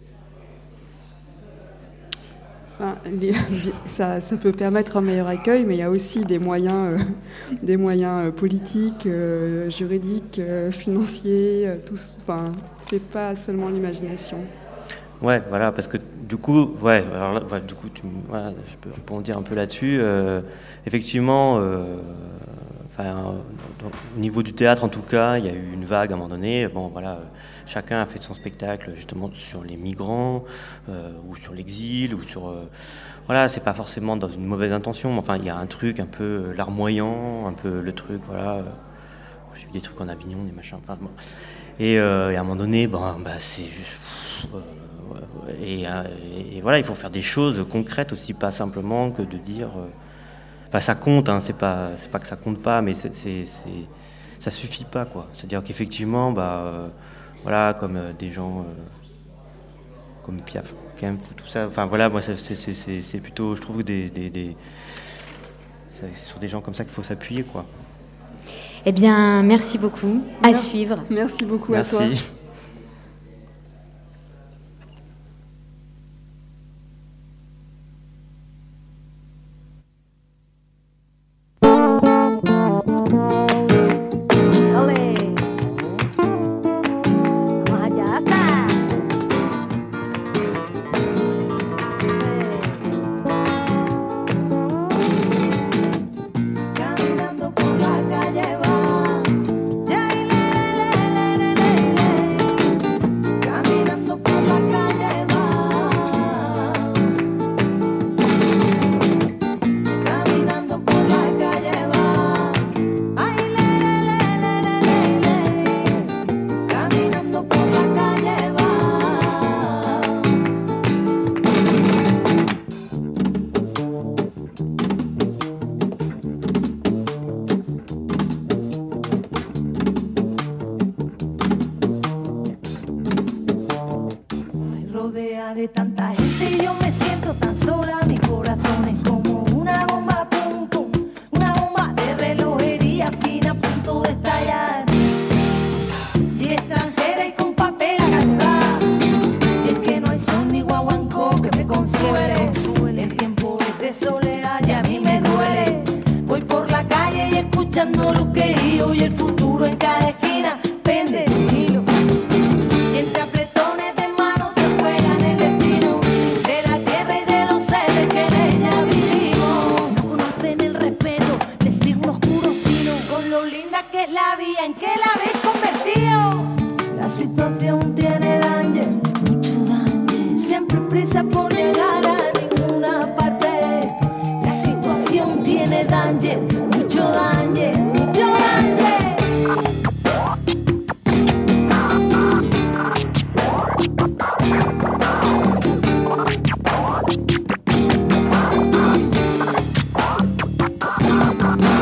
ça peut permettre un meilleur accueil, mais il y a aussi des moyens politiques, juridiques, financiers, c'est pas seulement l'imagination. Ouais, voilà, parce que du coup, je peux rebondir un peu là-dessus. Effectivement, au niveau du théâtre, en tout cas, il y a eu une vague à un moment donné. Bon, voilà, chacun a fait son spectacle justement sur les migrants ou sur l'exil ou sur. Voilà, c'est pas forcément dans une mauvaise intention, mais enfin, il y a un truc un peu larmoyant, un peu le truc, voilà. J'ai vu des trucs en Avignon, des machins. Enfin, bon. Et à un moment donné, c'est juste. Et voilà, il faut faire des choses concrètes aussi, pas simplement que de dire. Ça compte, hein, c'est pas que ça compte pas, mais ça suffit pas, quoi. C'est-à-dire qu'effectivement, voilà, comme des gens comme Piaf, Kempf, tout ça. Enfin voilà, moi c'est plutôt, je trouve, c'est sur des gens comme ça qu'il faut s'appuyer, quoi. Eh bien, merci beaucoup. À suivre. Merci beaucoup à toi. Merci.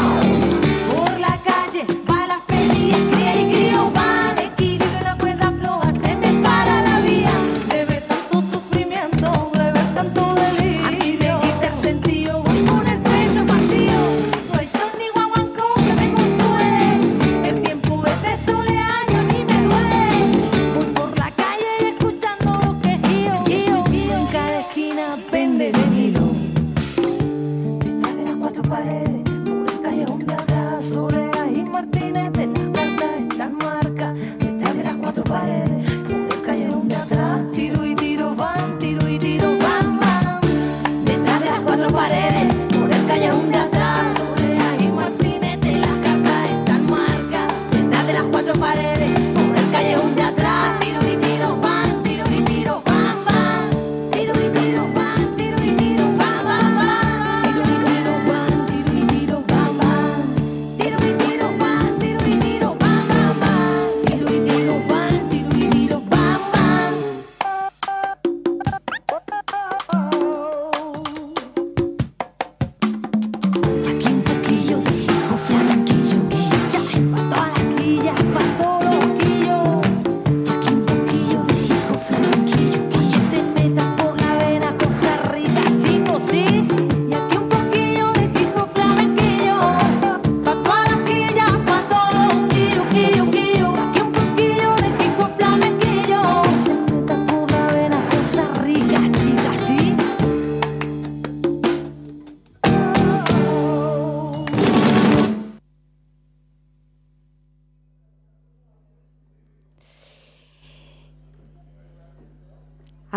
Por la calle va la pelea, cría y grillo van, equilibrio una cuerda floja.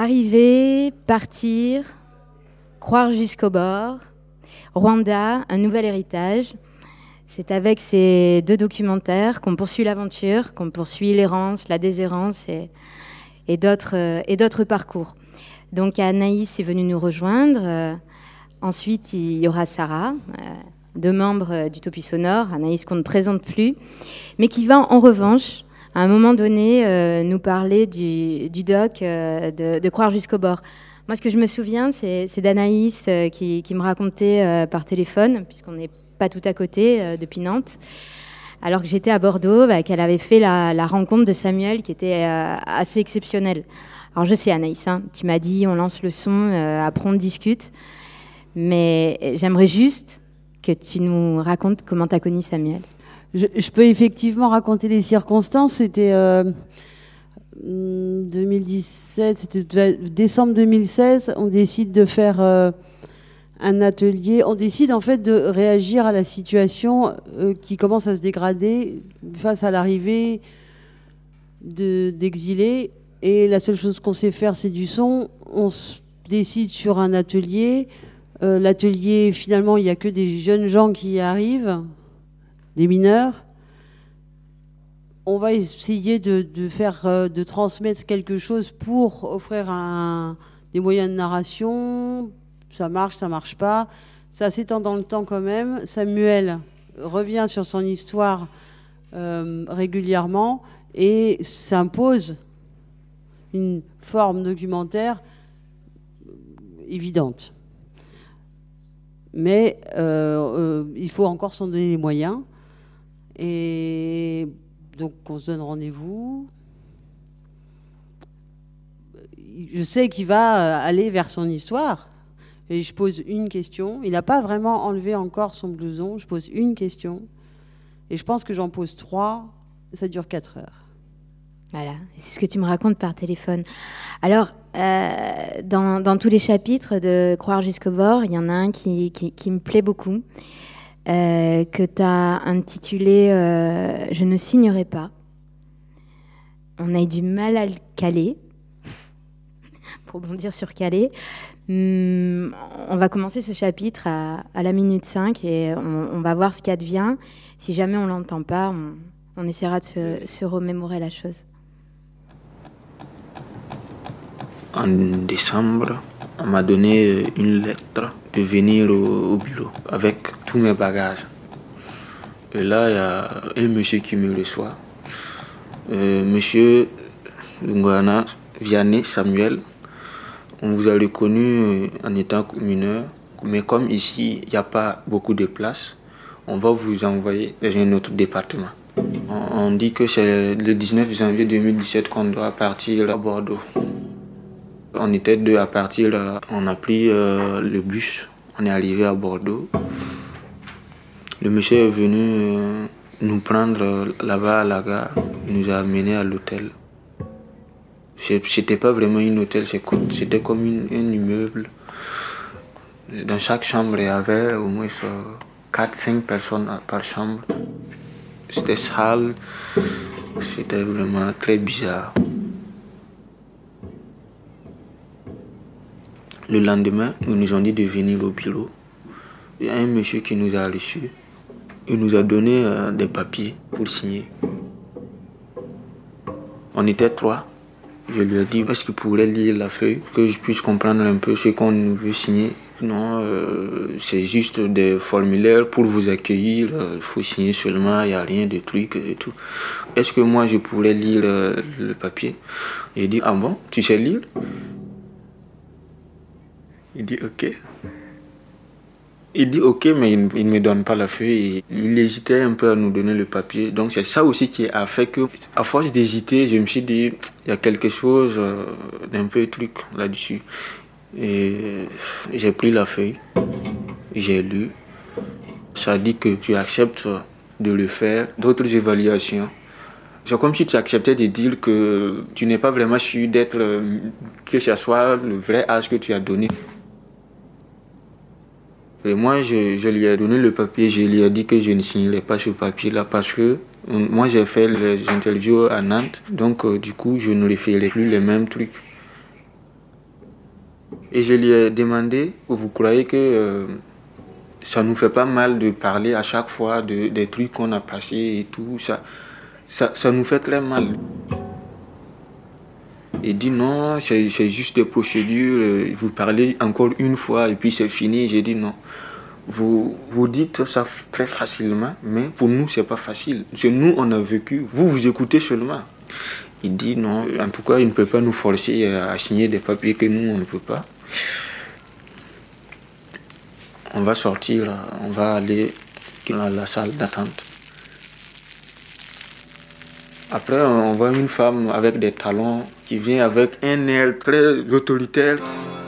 Arriver, partir, croire jusqu'au bord, Rwanda, un nouvel héritage. C'est avec ces 2 documentaires qu'on poursuit l'aventure, qu'on poursuit l'errance, la déshérence et d'autres parcours. Donc Anaïs est venue nous rejoindre. Ensuite, il y aura Sarah, 2 membres d'Utopie Sonore, Anaïs qu'on ne présente plus, mais qui va en revanche, à un moment donné, nous parler du doc de Croire jusqu'au bord. Moi, ce que je me souviens, c'est d'Anaïs qui me racontait par téléphone, puisqu'on n'est pas tout à côté, depuis Nantes, alors que j'étais à Bordeaux, qu'elle avait fait la rencontre de Samuel, qui était assez exceptionnelle. Alors je sais, Anaïs, tu m'as dit on lance le son, après on discute, mais j'aimerais juste que tu nous racontes comment tu as connu Samuel. Je peux effectivement raconter les circonstances. C'était 2017, c'était décembre 2016. On décide de faire un atelier. On décide en fait de réagir à la situation qui commence à se dégrader face à l'arrivée d'exilés. Et la seule chose qu'on sait faire, c'est du son. On se décide sur un atelier. L'atelier, finalement, il n'y a que des jeunes gens qui y arrivent, des mineurs. On va essayer de transmettre quelque chose pour offrir des moyens de narration. Ça marche pas. Ça s'étend dans le temps quand même. Samuel revient sur son histoire régulièrement et s'impose une forme documentaire évidente. Mais il faut encore s'en donner les moyens. Et donc, on se donne rendez-vous. Je sais qu'il va aller vers son histoire. Et je pose une question. Il n'a pas vraiment enlevé encore son blouson. Je pose une question. Et je pense que j'en pose 3. Ça dure 4 heures. Voilà, c'est ce que tu me racontes par téléphone. Alors, dans tous les chapitres de Croire jusqu'au bord, il y en a un qui me plaît beaucoup, que tu as intitulé « Je ne signerai pas ». On a eu du mal à le caler, pour bondir sur caler. On va commencer ce chapitre à la minute 5 et on va voir ce qui advient. Si jamais on ne l'entend pas, on essaiera de se remémorer la chose. En décembre, on m'a donné une lettre de venir au bureau avec tous mes bagages. Et là, il y a un monsieur qui me reçoit. Monsieur Lungwana Vianney Samuel, on vous a reconnu en étant mineur, mais comme ici, il n'y a pas beaucoup de place, on va vous envoyer dans un autre département. On dit que c'est le 19 janvier 2017 qu'on doit partir à Bordeaux. On était 2 à partir, on a pris le bus, on est arrivé à Bordeaux. Le monsieur est venu nous prendre là-bas à la gare, il nous a amenés à l'hôtel. C'était pas vraiment un hôtel, c'était comme un immeuble. Dans chaque chambre, il y avait au moins 4-5 personnes par chambre. C'était sale, c'était vraiment très bizarre. Le lendemain, ils nous ont dit de venir au bureau. Il y a un monsieur qui nous a reçus. Il nous a donné des papiers pour signer. On était 3. Je lui ai dit, est-ce qu'il pourrait lire la feuille, que je puisse comprendre un peu ce qu'on veut signer. Non, c'est juste des formulaires pour vous accueillir. Il faut signer seulement, il n'y a rien de truc et tout. Est-ce que moi, je pourrais lire le papier? J'ai dit, ah bon, tu sais lire? Il dit, ok. Il dit, ok, mais il ne me donne pas la feuille. Il hésitait un peu à nous donner le papier. Donc, c'est ça aussi qui a fait que, à force d'hésiter, je me suis dit, il y a quelque chose d'un peu truc là-dessus. Et j'ai pris la feuille, j'ai lu. Ça dit que tu acceptes de le faire, d'autres évaluations. C'est comme si tu acceptais de dire que tu n'es pas vraiment sûr d'être, que ce soit le vrai âge que tu as donné. Et moi, je lui ai donné le papier, je lui ai dit que je ne signerais pas ce papier-là parce que moi, j'ai fait les interviews à Nantes, donc du coup, je ne referai plus les mêmes trucs. Et je lui ai demandé, vous croyez que ça nous fait pas mal de parler à chaque fois des trucs qu'on a passés et tout, ça nous fait très mal. Il dit non, c'est juste des procédures, vous parlez encore une fois et puis c'est fini. J'ai dit non. Vous dites ça très facilement, mais pour nous, c'est pas facile. Parce que nous, on a vécu, vous écoutez seulement. Il dit non, en tout cas, il ne peut pas nous forcer à signer des papiers que nous, on ne peut pas. On va sortir, on va aller dans la salle d'attente. Après, on voit une femme avec des talons qui vient avec un air très autoritaire.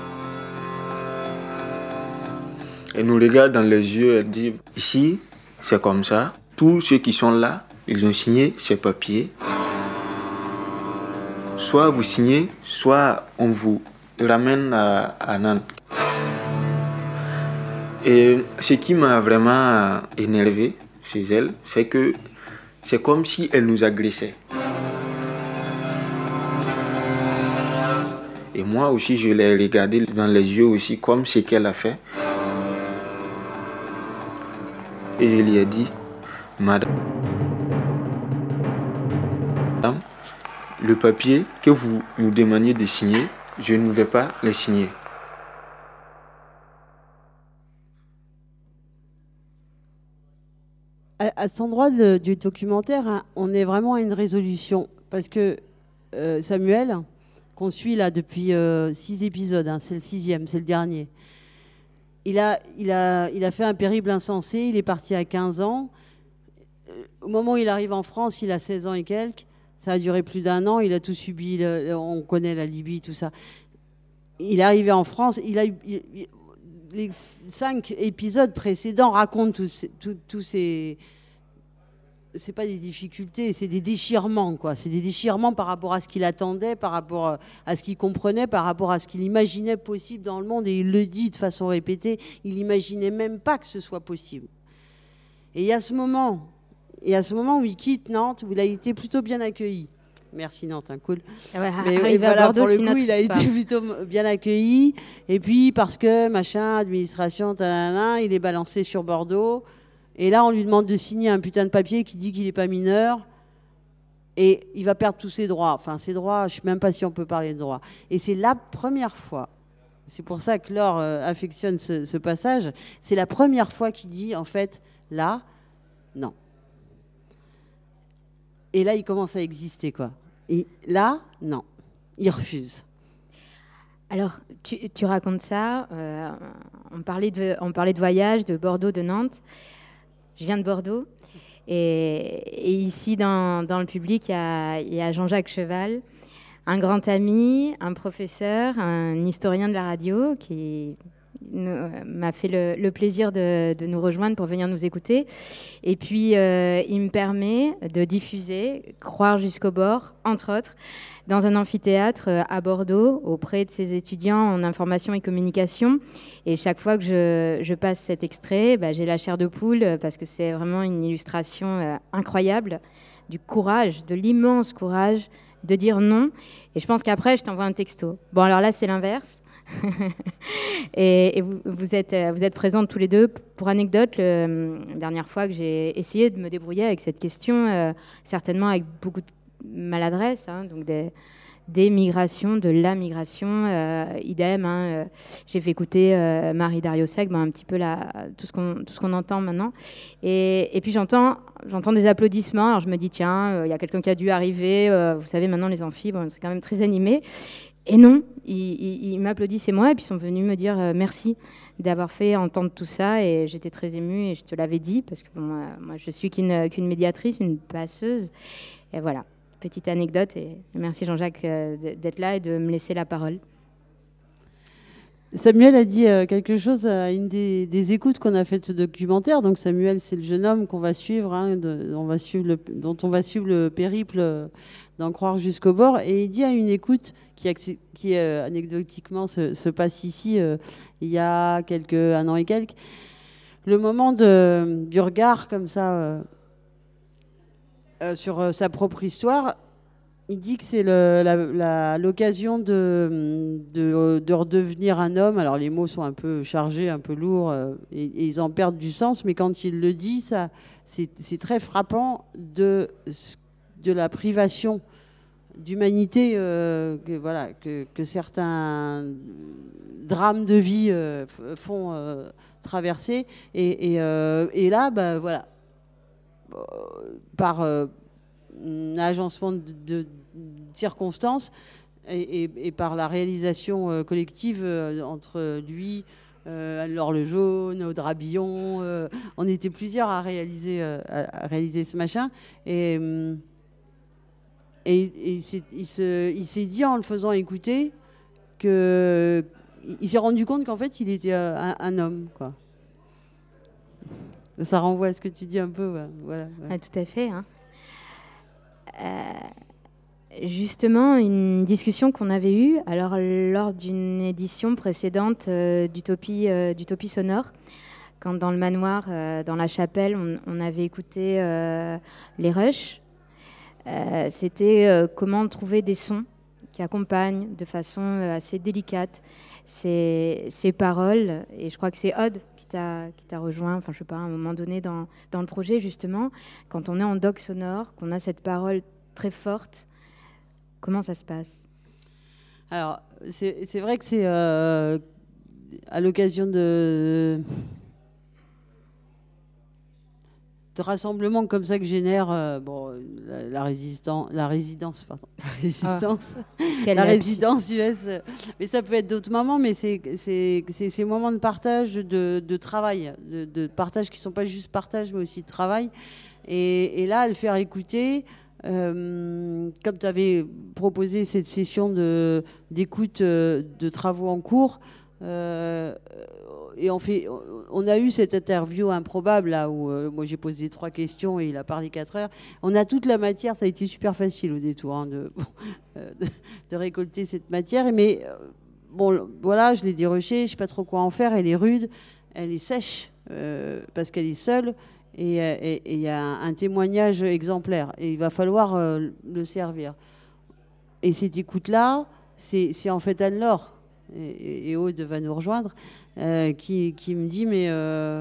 Elle nous regarde dans les yeux, elle dit, ici, c'est comme ça. Tous ceux qui sont là, ils ont signé ces papiers. Soit vous signez, soit on vous ramène à Nantes. Et ce qui m'a vraiment énervé chez elle, c'est que c'est comme si elle nous agressait. Et moi aussi, je l'ai regardé dans les yeux aussi, comme ce qu'elle a fait. Et je lui ai dit, madame, le papier que vous nous demandiez de signer, je ne vais pas le signer. À cet endroit du documentaire, hein, on est vraiment à une résolution. Parce que Samuel, qu'on suit là depuis 6 épisodes, hein, c'est le 6e, c'est le dernier. Il a fait un périple insensé, il est parti à 15 ans. Au moment où il arrive en France, il a 16 ans et quelques. Ça a duré plus d'1 an, il a tout subi, on connaît la Libye, tout ça. Il est arrivé en France, les 5 épisodes précédents racontent tous ces... C'est pas des difficultés, c'est des déchirements, quoi. C'est des déchirements par rapport à ce qu'il attendait, par rapport à ce qu'il comprenait, par rapport à ce qu'il imaginait possible dans le monde. Et il le dit de façon répétée, il n'imaginait même pas que ce soit possible. Et il y a ce moment où il quitte Nantes, où il a été plutôt bien accueilli. Merci Nantes, hein, cool. Mais voilà, pour le coup, il a été plutôt bien accueilli. Et puis, parce que, machin, administration, il est balancé sur Bordeaux. Et là, on lui demande de signer un putain de papier qui dit qu'il n'est pas mineur. Et il va perdre tous ses droits. Enfin, ses droits, je ne sais même pas si on peut parler de droits. Et c'est la première fois. C'est pour ça que Laure affectionne ce passage. C'est la première fois qu'il dit, en fait, là, non. Et là, il commence à exister, quoi. Et là, non. Il refuse. Alors, tu racontes ça. On parlait de voyage, de Bordeaux, de Nantes. Je viens de Bordeaux. Et ici, dans le public, il y a Jean-Jacques Cheval, un grand ami, un professeur, un historien de la radio qui m'a fait le plaisir de nous rejoindre pour venir nous écouter. Et puis, il me permet de diffuser Croire jusqu'au bord, entre autres, dans un amphithéâtre à Bordeaux, auprès de ses étudiants en information et communication. Et chaque fois que je passe cet extrait, j'ai la chair de poule, parce que c'est vraiment une illustration incroyable du courage, de l'immense courage de dire non. Et je pense qu'après, je t'envoie un texto. Bon, alors là, c'est l'inverse. et vous êtes présents tous les deux. Pour anecdote, la dernière fois que j'ai essayé de me débrouiller avec cette question, certainement avec beaucoup de maladresse, hein, donc des migrations, de la migration, idem. J'ai fait écouter Marie Dariussec, un petit peu tout ce qu'on entend maintenant. Et puis j'entends des applaudissements. Alors je me dis, tiens, il y a quelqu'un qui a dû arriver. Vous savez, maintenant les amphis, c'est quand même très animé. Et non, ils m'applaudissent, et moi, et puis ils sont venus me dire merci d'avoir fait entendre tout ça. Et j'étais très émue, et je te l'avais dit, parce que moi je suis qu'une médiatrice, une passeuse. Et voilà, petite anecdote. Et merci Jean-Jacques d'être là et de me laisser la parole. Samuel a dit quelque chose à une des écoutes qu'on a fait de ce documentaire. Donc Samuel, c'est le jeune homme qu'on va suivre, dont on va suivre le périple d'en croire jusqu'au bord. Et il dit à une écoute qui anecdotiquement se passe ici il y a un an et quelques, le moment du regard comme ça sur sa propre histoire. il dit que c'est l'occasion de redevenir un homme. Alors les mots sont un peu chargés, un peu lourds, et ils en perdent du sens, mais quand il le dit, c'est très frappant de la privation d'humanité que certains drames de vie font traverser. Et là, par un agencement de circonstances et par la réalisation collective entre lui, Anne-Laure Le Jaune, Aude Rabillon, on était plusieurs à réaliser ce machin. Et il s'est dit en le faisant écouter qu'il s'est rendu compte qu'en fait il était un homme, quoi. Ça renvoie à ce que tu dis un peu, voilà. Ah, tout à fait. Hein. Justement, une discussion qu'on avait eue alors lors d'une édition précédente d'Utopie sonore, quand dans le manoir, dans la chapelle, on avait écouté les Rush. C'était comment trouver des sons qui accompagnent de façon assez délicate ces paroles. Et je crois que c'est Aude qui t'a rejoint, enfin je sais pas, à un moment donné dans le projet, justement, quand on est en doc sonore, qu'on a cette parole très forte, comment ça se passe? Alors, c'est vrai que c'est à l'occasion de rassemblements comme ça que génère la résidence US. Mais ça peut être d'autres moments, mais c'est ces moments de partage, de travail, de partage qui ne sont pas juste partage, mais aussi de travail. Et là, à le faire écouter, comme tu avais proposé cette session d'écoute de travaux en cours, et on a eu cette interview improbable là où moi j'ai posé 3 questions et il a parlé 4 heures. On a toute la matière, ça a été super facile au détour de récolter cette matière. Mais voilà, je l'ai dérochée, je sais pas trop quoi en faire. Elle est rude, elle est sèche parce qu'elle est seule et il y a un témoignage exemplaire et il va falloir le servir. Et cette écoute là, c'est en fait Anne-Laure. Et Aude va nous rejoindre, qui me dit mais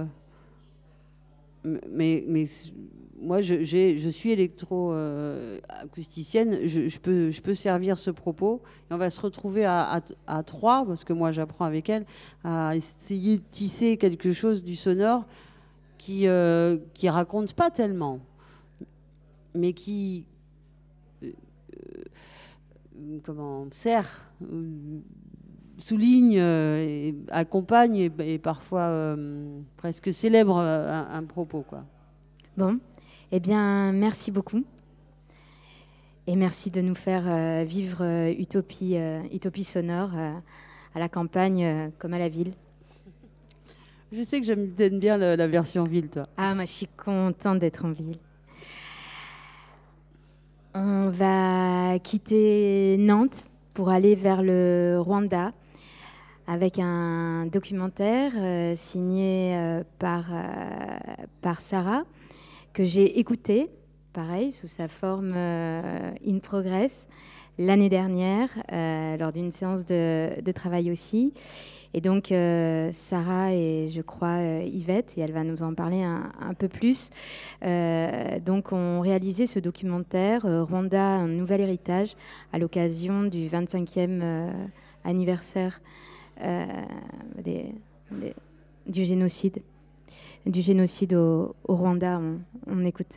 moi je suis électro-acousticienne, je peux servir ce propos. Et on va se retrouver à 3, parce que moi j'apprends avec elle, à essayer de tisser quelque chose du sonore qui raconte pas tellement, mais qui sert, souligne, et accompagne et parfois presque célèbre un propos, quoi. Bon, eh bien, merci beaucoup. Et merci de nous faire vivre Utopie sonore à la campagne comme à la ville. Je sais que j'aime bien la version ville, toi. Ah, moi, je suis contente d'être en ville. On va quitter Nantes pour aller vers le Rwanda avec un documentaire signé par Sarah, que j'ai écouté, pareil, sous sa forme in progress, l'année dernière, lors d'une séance de travail aussi. Et donc, Sarah et je crois Yvette, et elle va nous en parler un peu plus, donc ont réalisé ce documentaire Rwanda, un nouvel héritage, à l'occasion du 25e anniversaire du génocide au Rwanda. On écoute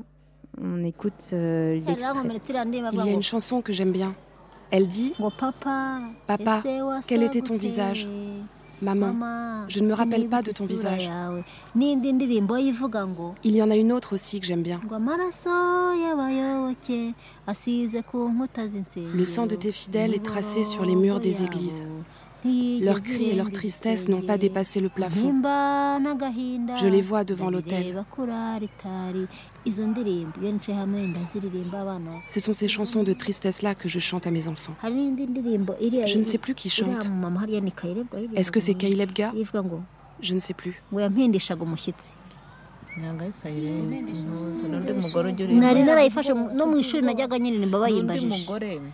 l'extrait. Il y a une chanson que j'aime bien. Elle dit « Papa, quel était ton visage ? Maman, je ne me rappelle pas de ton visage. » Il y en a une autre aussi que j'aime bien. Le sang de tes fidèles est tracé sur les murs des églises. Leurs cris et leur tristesse n'ont pas dépassé le plafond. Je les vois devant l'autel. Ce sont ces chansons de tristesse-là que je chante à mes enfants. Je ne sais plus qui chante. Est-ce que c'est Kaileb Ga ? Je ne sais plus. nari narayifashe no mu ishuri najyaga nyiririmba bayimbajije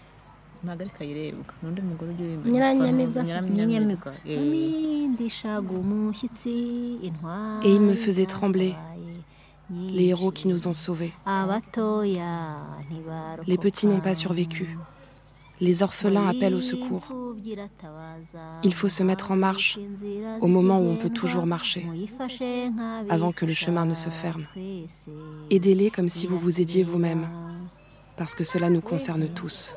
Et il me faisait trembler. Les héros qui nous ont sauvés. Les petits n'ont pas survécu. Les orphelins appellent au secours. Il faut se mettre en marche au moment où on peut toujours marcher, avant que le chemin ne se ferme. Aidez-les comme si vous vous aidiez vous-même, parce que cela nous concerne tous.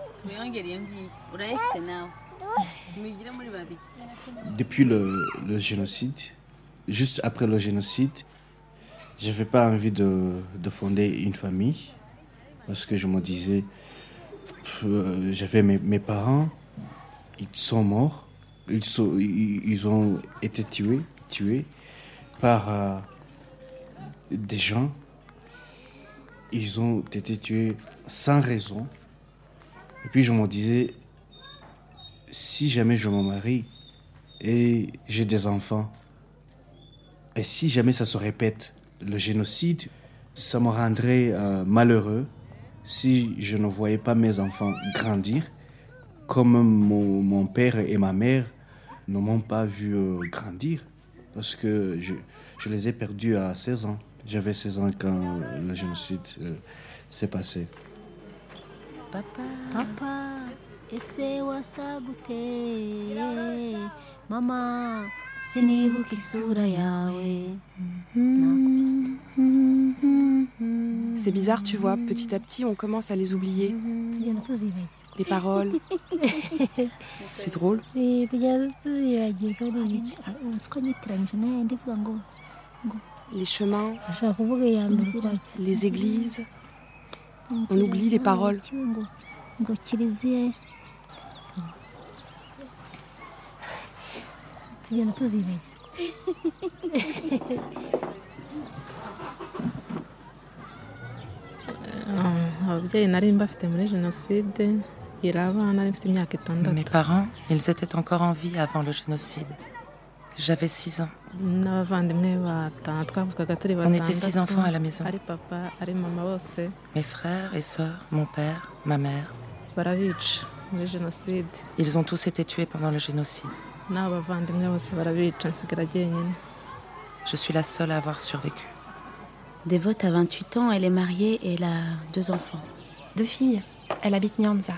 Depuis le génocide, juste après le génocide, je n'avais pas envie de fonder une famille, parce que je me disais, j'avais mes parents, ils sont morts, ils ont été tués par des gens, ils ont été tués sans raison. Et puis je me disais, si jamais je me marie et j'ai des enfants, et si jamais ça se répète, le génocide, ça me rendrait malheureux si je ne voyais pas mes enfants grandir comme mon père et ma mère ne m'ont pas vu grandir. Parce que je les ai perdus à 16 ans. J'avais 16 ans quand le génocide s'est passé. Papa, ese wasagute, mama, sinibuka isura yawe. C'est bizarre, tu vois, petit à petit, on commence à les oublier. Les paroles. C'est drôle. Les chemins. Les églises. On oublie les paroles. Mes parents, ils étaient encore en vie avant le génocide. J'avais 6 ans. On était 6 enfants à la maison. Mes frères et sœurs, mon père, ma mère. Ils ont tous été tués pendant le génocide. Je suis la seule à avoir survécu. Dévote a 28 ans, elle est mariée et elle a 2 enfants. 2 filles. Elle habite Nyanza.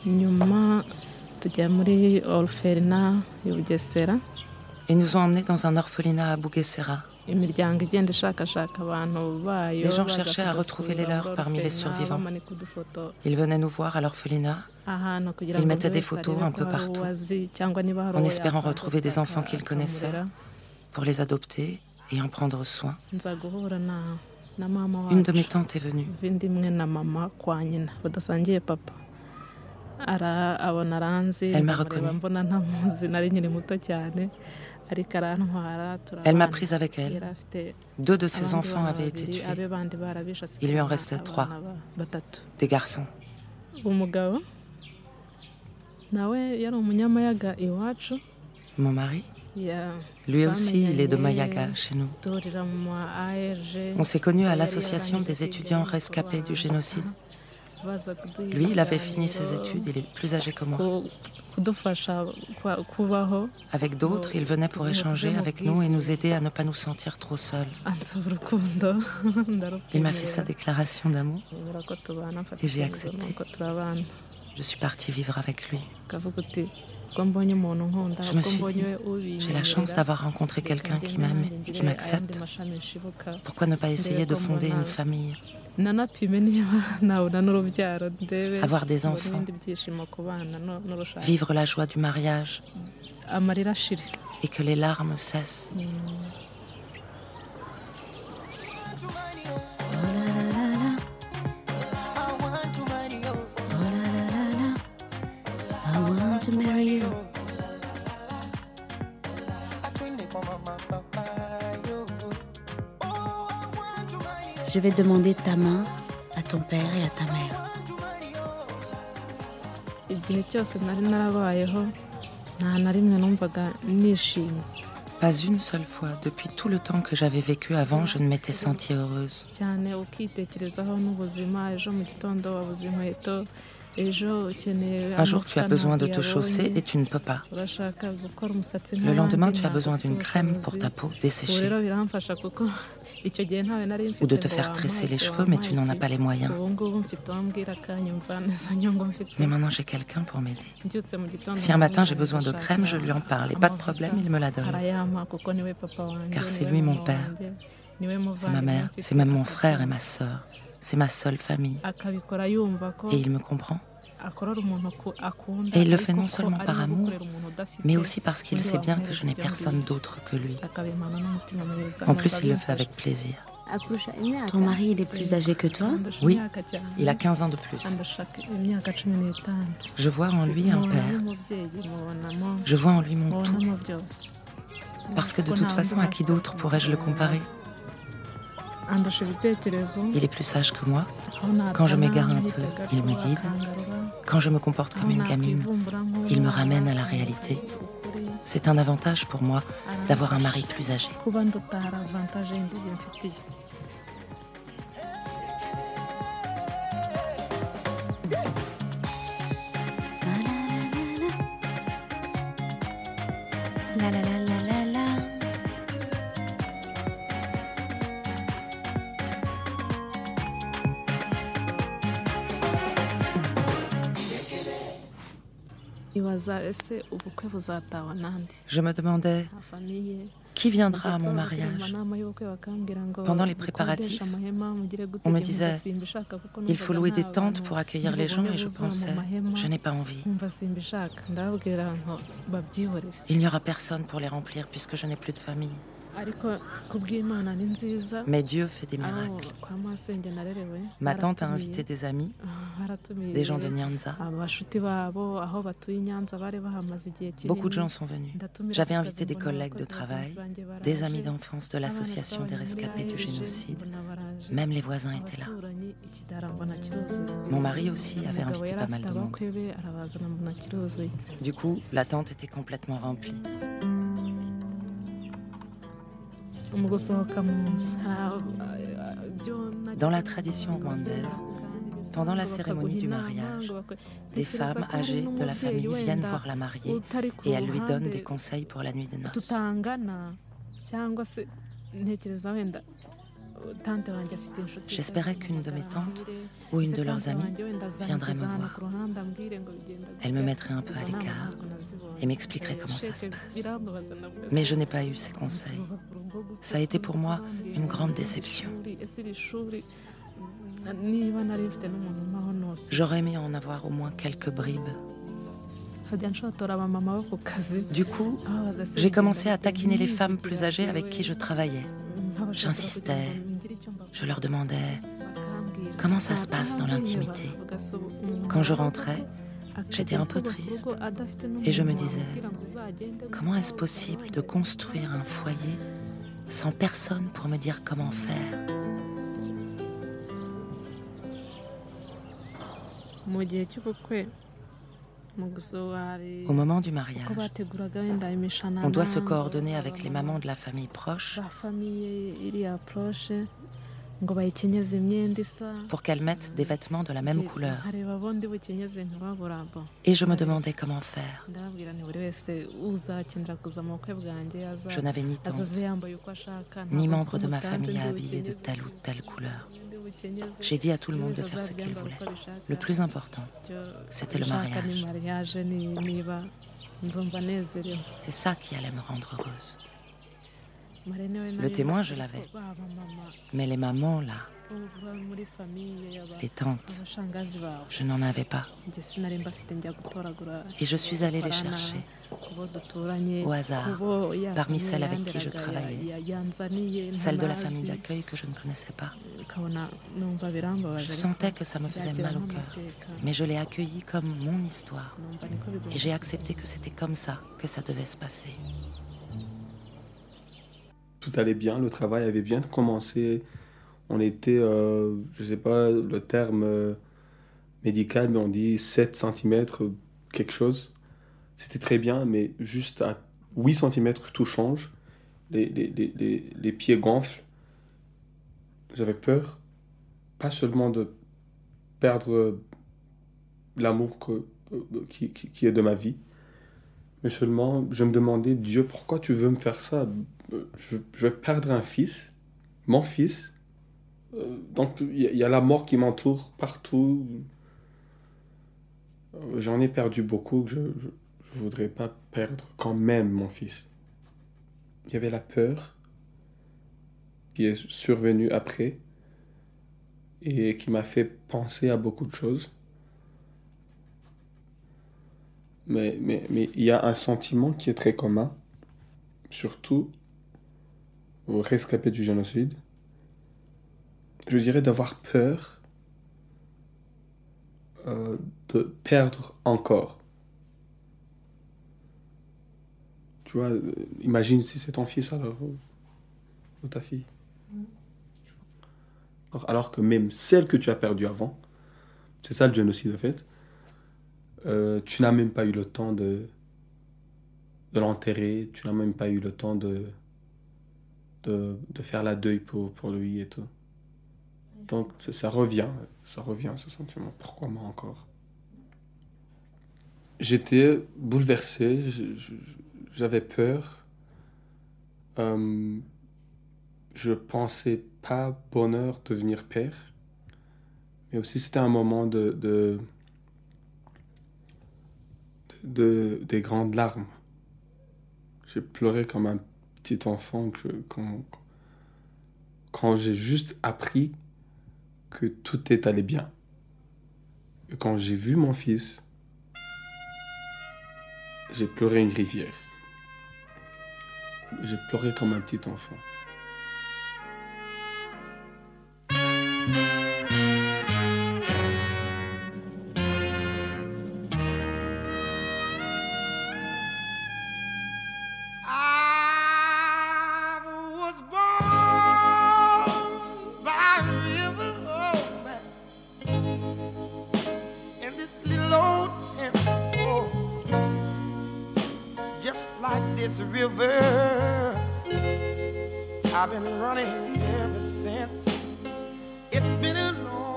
Ils nous ont emmenés dans un orphelinat à Bugesera. Les gens cherchaient à retrouver les leurs parmi les survivants. Ils venaient nous voir à l'orphelinat. Ils mettaient des photos un peu partout, en espérant retrouver des enfants qu'ils connaissaient, pour les adopter et en prendre soin. Une de mes tantes est venue. Elle m'a reconnue. Elle m'a prise avec elle. 2 de ses enfants avaient été tués. Il lui en restait 3. Des garçons. Mon mari, lui aussi, il est de Mayaga, chez nous. On s'est connus à l'association des étudiants rescapés du génocide. Lui, il avait fini ses études, il est plus âgé que moi. Avec d'autres, il venait pour échanger avec nous et nous aider à ne pas nous sentir trop seuls. Il m'a fait sa déclaration d'amour et j'ai accepté. Je suis partie vivre avec lui. Je me suis dit, j'ai la chance d'avoir rencontré quelqu'un qui m'aime et qui m'accepte. Pourquoi ne pas essayer de fonder une famille ? Avoir des enfants, vivre la joie du mariage et que les larmes cessent. Je vais demander ta main à ton père et à ta mère. Pas une seule fois, depuis tout le temps que j'avais vécu avant, je ne m'étais sentie heureuse. Un jour, tu as besoin de te chausser et tu ne peux pas. Le lendemain, tu as besoin d'une crème pour ta peau desséchée. Ou de te faire tresser les cheveux, mais tu n'en as pas les moyens. Mais maintenant, j'ai quelqu'un pour m'aider. Si un matin j'ai besoin de crème, je lui en parle et pas de problème, il me la donne. Car c'est lui mon père, c'est ma mère, c'est même mon frère et ma sœur. C'est ma seule famille. Et il me comprend. Et il le fait non seulement par amour, mais aussi parce qu'il sait bien que je n'ai personne d'autre que lui. En plus, il le fait avec plaisir. Ton mari, il est plus âgé que toi? Oui, il a 15 ans de plus. Je vois en lui un père. Je vois en lui mon tout. Parce que de toute façon, à qui d'autre pourrais-je le comparer? Il est plus sage que moi. Quand je m'égare un peu, il me guide. Quand je me comporte comme une gamine, il me ramène à la réalité. C'est un avantage pour moi d'avoir un mari plus âgé. La la la la la la. Je me demandais, qui viendra à mon mariage? Pendant les préparatifs, on me disait, il faut louer des tentes pour accueillir les gens et je pensais, je n'ai pas envie. Il n'y aura personne pour les remplir puisque je n'ai plus de famille. Mais Dieu fait des miracles. Ma tante a invité des amis, des gens de Nyanza. Beaucoup de gens sont venus. J'avais invité des collègues de travail, des amis d'enfance de l'association des rescapés du génocide. Même les voisins étaient là. Mon mari aussi avait invité pas mal de monde. Du coup, la tente était complètement remplie. Dans la tradition rwandaise, pendant la cérémonie du mariage, des femmes âgées de la famille viennent voir la mariée et elles lui donnent des conseils pour la nuit de noces. J'espérais qu'une de mes tantes ou une de leurs amies viendrait me voir. Elle me mettrait un peu à l'écart et m'expliquerait comment ça se passe. Mais je n'ai pas eu ces conseils. Ça a été pour moi une grande déception. J'aurais aimé en avoir au moins quelques bribes. Du coup, j'ai commencé à taquiner les femmes plus âgées avec qui je travaillais. J'insistais, je leur demandais comment ça se passe dans l'intimité. Quand je rentrais, j'étais un peu triste et je me disais, comment est-ce possible de construire un foyer sans personne pour me dire comment faire? Au moment du mariage, on doit se coordonner avec les mamans de la famille proche pour qu'elles mettent des vêtements de la même couleur. Et je me demandais comment faire. Je n'avais ni tante, ni membre de ma famille à habiller de telle ou telle couleur. J'ai dit à tout le monde de faire ce qu'il voulait. Le plus important, c'était le mariage. C'est ça qui allait me rendre heureuse. Le témoin, je l'avais. Mais les mamans, là, les tantes, je n'en avais pas. Et je suis allée les chercher, au hasard, parmi celles avec qui je travaillais, celles de la famille d'accueil que je ne connaissais pas. Je sentais que ça me faisait mal au cœur, mais je l'ai accueillie comme mon histoire. Et j'ai accepté que c'était comme ça que ça devait se passer. Tout allait bien, le travail avait bien commencé. On était, je ne sais pas le terme médical, mais on dit 7 cm, quelque chose. C'était très bien, mais juste à 8 cm que tout change. les pieds gonflent. J'avais peur, pas seulement de perdre l'amour qui est de ma vie, mais seulement je me demandais, Dieu, pourquoi tu veux me faire ça? Je vais perdre un fils, mon fils. Donc il y a la mort qui m'entoure partout. J'en ai perdu beaucoup, je ne voudrais pas perdre quand même mon fils. Il y avait la peur qui est survenue après et qui m'a fait penser à beaucoup de choses. Mais il y a un sentiment qui est très commun, surtout aux rescapés du génocide. Je dirais d'avoir peur de perdre encore. Tu vois, imagine si c'est ton fils alors, ou ta fille. Alors que même celle que tu as perdue avant, c'est ça le génocide en fait, tu n'as même pas eu le temps de l'enterrer, tu n'as même pas eu le temps de faire la deuil pour lui et tout. Donc ça revient ce sentiment. Pourquoi moi encore? J'étais bouleversé, j'avais peur. Je pensais pas bonheur devenir père, mais aussi c'était un moment des grandes larmes. J'ai pleuré comme un petit enfant quand j'ai juste appris que tout est allé bien. Et quand j'ai vu mon fils, j'ai pleuré une rivière. J'ai pleuré comme un petit enfant. I've been running ever since. It's been a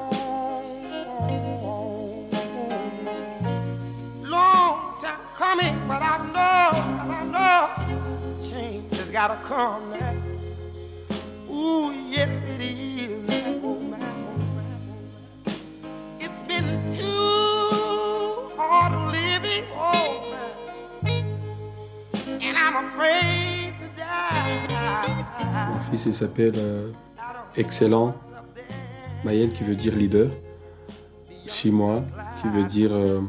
long time coming, but I know change has gotta come now. Ooh, yes it is now. Oh my, oh my, oh my. It's been too hard living, oh my, and I'm afraid to die. Mon fils, il s'appelle Excellent Maël, qui veut dire leader. Chimois, qui veut dire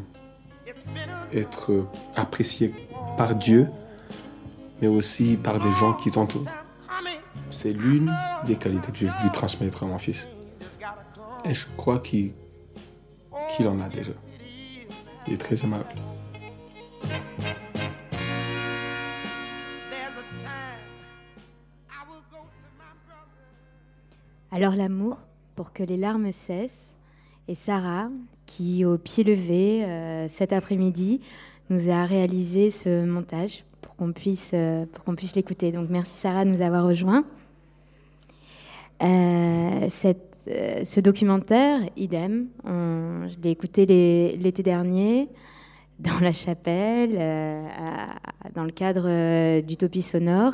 être apprécié par Dieu, mais aussi par des gens qui t'entourent. C'est l'une des qualités que j'ai voulu transmettre à mon fils. Et je crois qu'il en a déjà. Il est très aimable. Alors l'amour, pour que les larmes cessent, et Sarah, qui au pied levé cet après-midi, nous a réalisé ce montage pour qu'on puisse l'écouter. Donc merci Sarah de nous avoir rejoints. Ce documentaire, idem, je l'ai écouté l'été dernier dans la chapelle, dans le cadre d'Utopie sonore.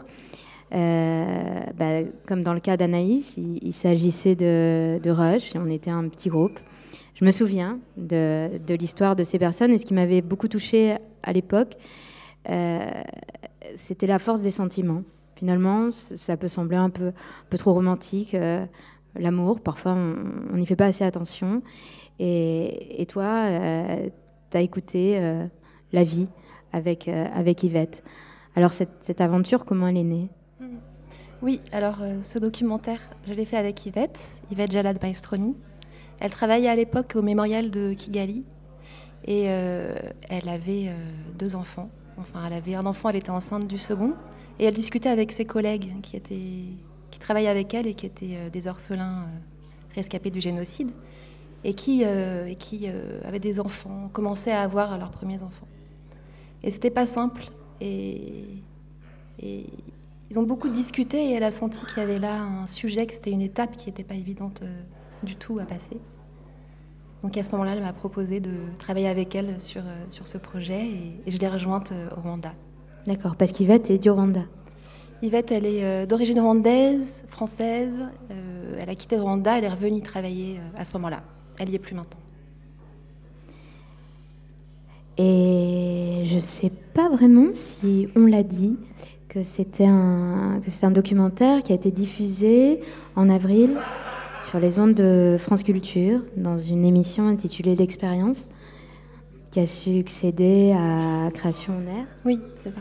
Comme dans le cas d'Anaïs, il s'agissait de Rush, et on était un petit groupe. Je me souviens de l'histoire de ces personnes, et ce qui m'avait beaucoup touchée à l'époque, c'était la force des sentiments. Finalement, ça peut sembler un peu trop romantique, l'amour, parfois on n'y fait pas assez attention. Et toi, tu as écouté la vie avec Yvette. Alors cette aventure, comment elle est née ? Oui, alors ce documentaire, je l'ai fait avec Yvette Jalad Maestroni. Elle travaillait à l'époque au mémorial de Kigali et elle avait 2 enfants. Enfin, elle avait un enfant, elle était enceinte du second. Et elle discutait avec ses collègues qui travaillaient avec elle et qui étaient des orphelins rescapés du génocide et qui avaient des enfants, commençaient à avoir leurs premiers enfants. Et c'était pas simple. Et ils ont beaucoup discuté et elle a senti qu'il y avait là un sujet, que c'était une étape qui n'était pas évidente du tout à passer. Donc à ce moment-là, elle m'a proposé de travailler avec elle sur ce projet et je l'ai rejointe au Rwanda. D'accord, parce qu'Yvette est du Rwanda. Yvette, elle est d'origine rwandaise, française. Elle a quitté le Rwanda, elle est revenue travailler à ce moment-là. Elle n'y est plus maintenant. Et je ne sais pas vraiment si on l'a dit, que c'est un documentaire qui a été diffusé en avril sur les ondes de France Culture, dans une émission intitulée L'Expérience, qui a succédé à Création en Air. Oui, c'est ça.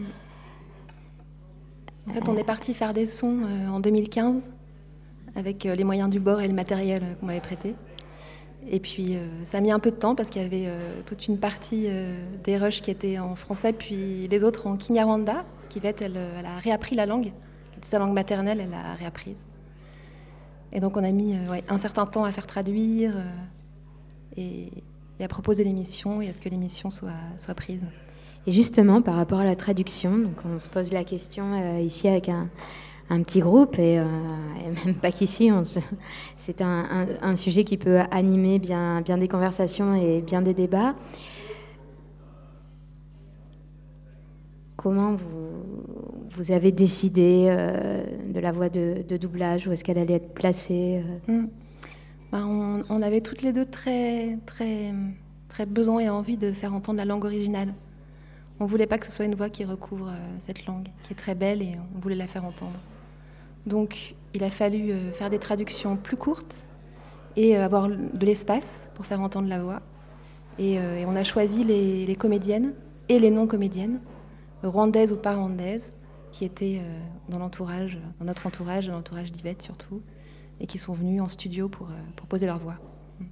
En fait, on est parti faire des sons en 2015, avec les moyens du bord et le matériel qu'on m'avait prêté. Et puis, ça a mis un peu de temps, parce qu'il y avait toute une partie des rushs qui étaient en français, puis les autres en Kinyarwanda. Ce qui fait, elle a réappris la langue, qui était sa langue maternelle, elle l'a réapprise. Et donc on a mis un certain temps à faire traduire et à proposer l'émission et à ce que l'émission soit prise. Et justement, par rapport à la traduction, donc on se pose la question ici avec un petit groupe, et même pas qu'ici, c'est un sujet qui peut animer bien des conversations et bien des débats. Comment vous avez décidé de la voix de doublage, où est-ce qu'elle allait être placée On avait toutes les deux très, très, très besoin et envie de faire entendre la langue originale. On ne voulait pas que ce soit une voix qui recouvre cette langue, qui est très belle, et on voulait la faire entendre. Donc il a fallu faire des traductions plus courtes et avoir de l'espace pour faire entendre la voix. Et on a choisi les comédiennes et les non-comédiennes, rwandaises ou pas rwandaises, qui étaient dans notre entourage, dans l'entourage d'Yvette surtout, et qui sont venues en studio pour poser leur voix.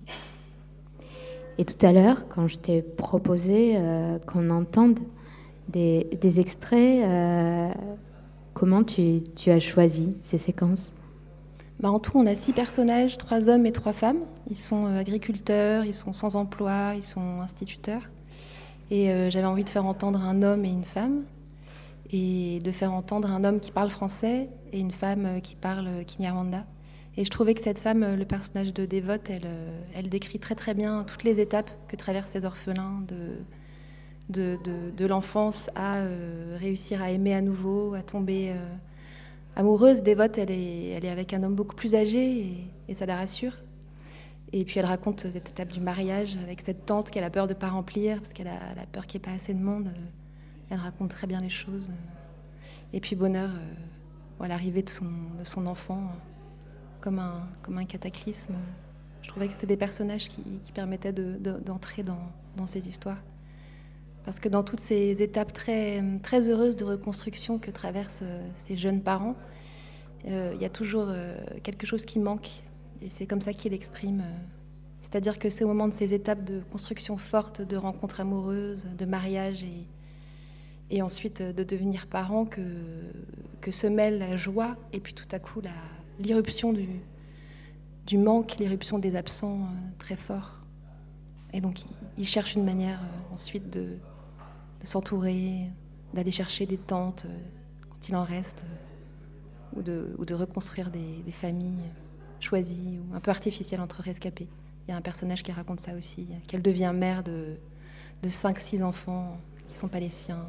Et tout à l'heure, quand je t'ai proposé qu'on entende des extraits, comment tu as choisi ces séquences ? En tout, on a 6 personnages, 3 hommes et 3 femmes. Ils sont agriculteurs, ils sont sans emploi, ils sont instituteurs. Et j'avais envie de faire entendre un homme et une femme, et de faire entendre un homme qui parle français et une femme qui parle Kinyarwanda. Et je trouvais que cette femme, le personnage de Dévote, elle décrit très très bien toutes les étapes que traversent ces orphelins, de l'enfance à réussir à aimer à nouveau, à tomber amoureuse. Dévote, elle est avec un homme beaucoup plus âgé, et ça la rassure. Et puis elle raconte cette étape du mariage avec cette tante qu'elle a peur de ne pas remplir, parce qu'elle a peur qu'il n'y ait pas assez de monde. Elle raconte très bien les choses. Et puis Bonheur, l'arrivée de son enfant, comme un cataclysme. Je trouvais que c'était des personnages qui permettaient d'entrer dans ces histoires. Parce que dans toutes ces étapes très, très heureuses de reconstruction que traversent ces jeunes parents, il y a toujours quelque chose qui manque. Et c'est comme ça qu'il exprime. C'est-à-dire que c'est au moment de ces étapes de construction forte, de rencontres amoureuses, de mariage et ensuite de devenir parent que se mêle la joie et puis tout à coup l'irruption du manque, l'irruption des absents très fort. Et donc il cherche une manière ensuite de s'entourer, d'aller chercher des tantes quand il en reste, ou de reconstruire des familles choisies ou un peu artificielles entre rescapés. Il y a un personnage qui raconte ça aussi, qu'elle devient mère de 5-6 enfants qui ne sont pas les siens.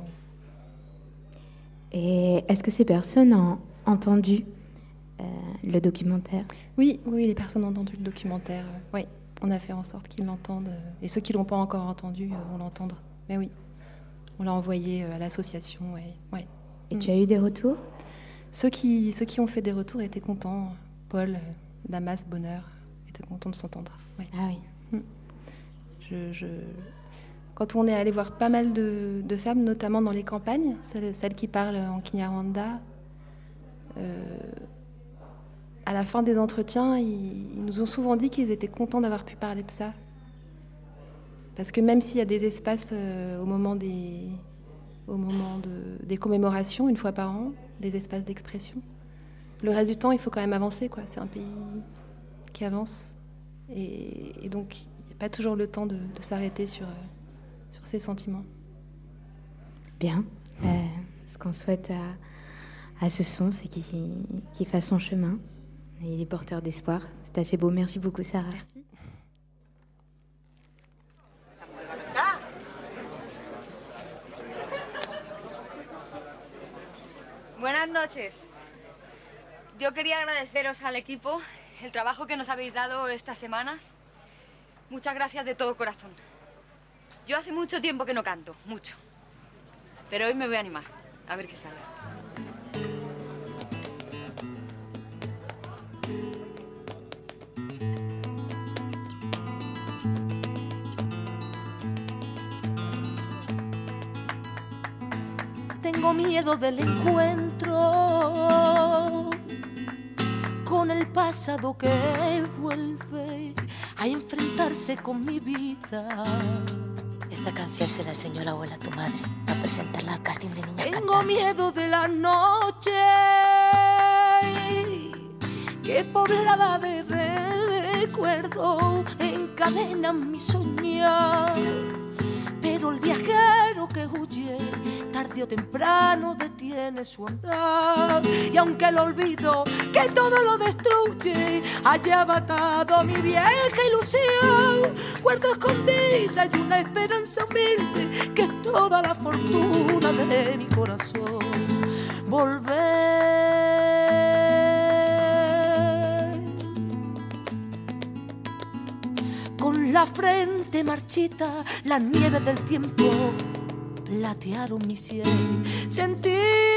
Et est-ce que ces personnes ont entendu le documentaire ? Oui, les personnes ont entendu le documentaire. Oui, on a fait en sorte qu'ils l'entendent. Et ceux qui ne l'ont pas encore entendu vont l'entendre. Mais oui, on l'a envoyé à l'association. Ouais. Et tu as eu des retours ? Ceux qui ont fait des retours étaient contents. Paul, Damas, Bonheur étaient contents de s'entendre. Ouais. Ah oui. Quand on est allé voir pas mal de femmes, notamment dans les campagnes, celles qui parlent en Kinyarwanda, à la fin des entretiens, ils nous ont souvent dit qu'ils étaient contents d'avoir pu parler de ça. Parce que même s'il y a des espaces au moment des commémorations, une fois par an, des espaces d'expression, le reste du temps, il faut quand même avancer, quoi. C'est un pays qui avance. Et donc, il n'y a pas toujours le temps de s'arrêter sur ces sentiments. Bien. Ce qu'on souhaite ce son, c'est qu'il fasse son chemin. Et il est porteur d'espoir. C'est assez beau. Merci beaucoup, Sarah. Merci. Buenas noches. Yo quería agradeceros al equipo el trabajo que nos habéis dado estas semanas. Muchas gracias de todo corazón. Yo hace mucho tiempo que no canto, mucho. Pero hoy me voy a animar, a ver qué sale. Tengo miedo del encuentro con el pasado que vuelve a enfrentarse con mi vida. Esta canción se la enseñó la abuela a tu madre a presentarla al casting de niñas Tengo cantantes. miedo de la noche que poblada de recuerdos encadenan mi soñar. Pero el viajero que huye tarde o temprano detiene su andar. Y aunque el olvido que todo lo destruye haya matado mi vieja ilusión, guardo escondida y una esperanza humilde que es toda la fortuna de mi corazón. Volver con la frente marchita, la nieve del tiempo platearon mi sien. Sentir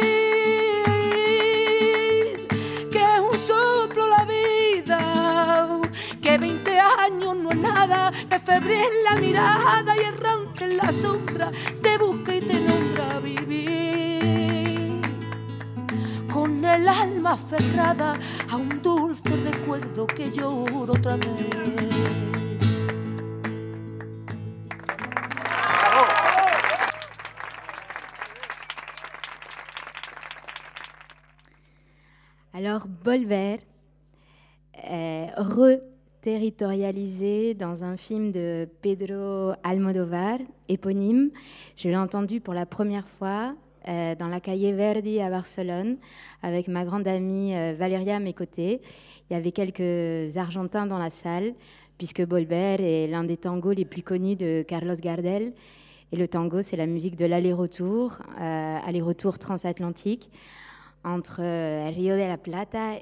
que es un soplo la vida, que 20 años no es nada, que febril la mirada y errante en la sombra te busca y te nombra vivir. Con el alma aferrada a un dulce recuerdo que lloro otra vez. Alors, Bolver, reterritorialisé dans un film de Pedro Almodóvar, éponyme. Je l'ai entendu pour la première fois dans la Calle Verdi à Barcelone, avec ma grande amie Valeria à mes côtés. Il y avait quelques Argentins dans la salle, puisque Bolver est l'un des tangos les plus connus de Carlos Gardel. Et le tango, c'est la musique de l'aller-retour, aller-retour transatlantique, entre Rio de la Plata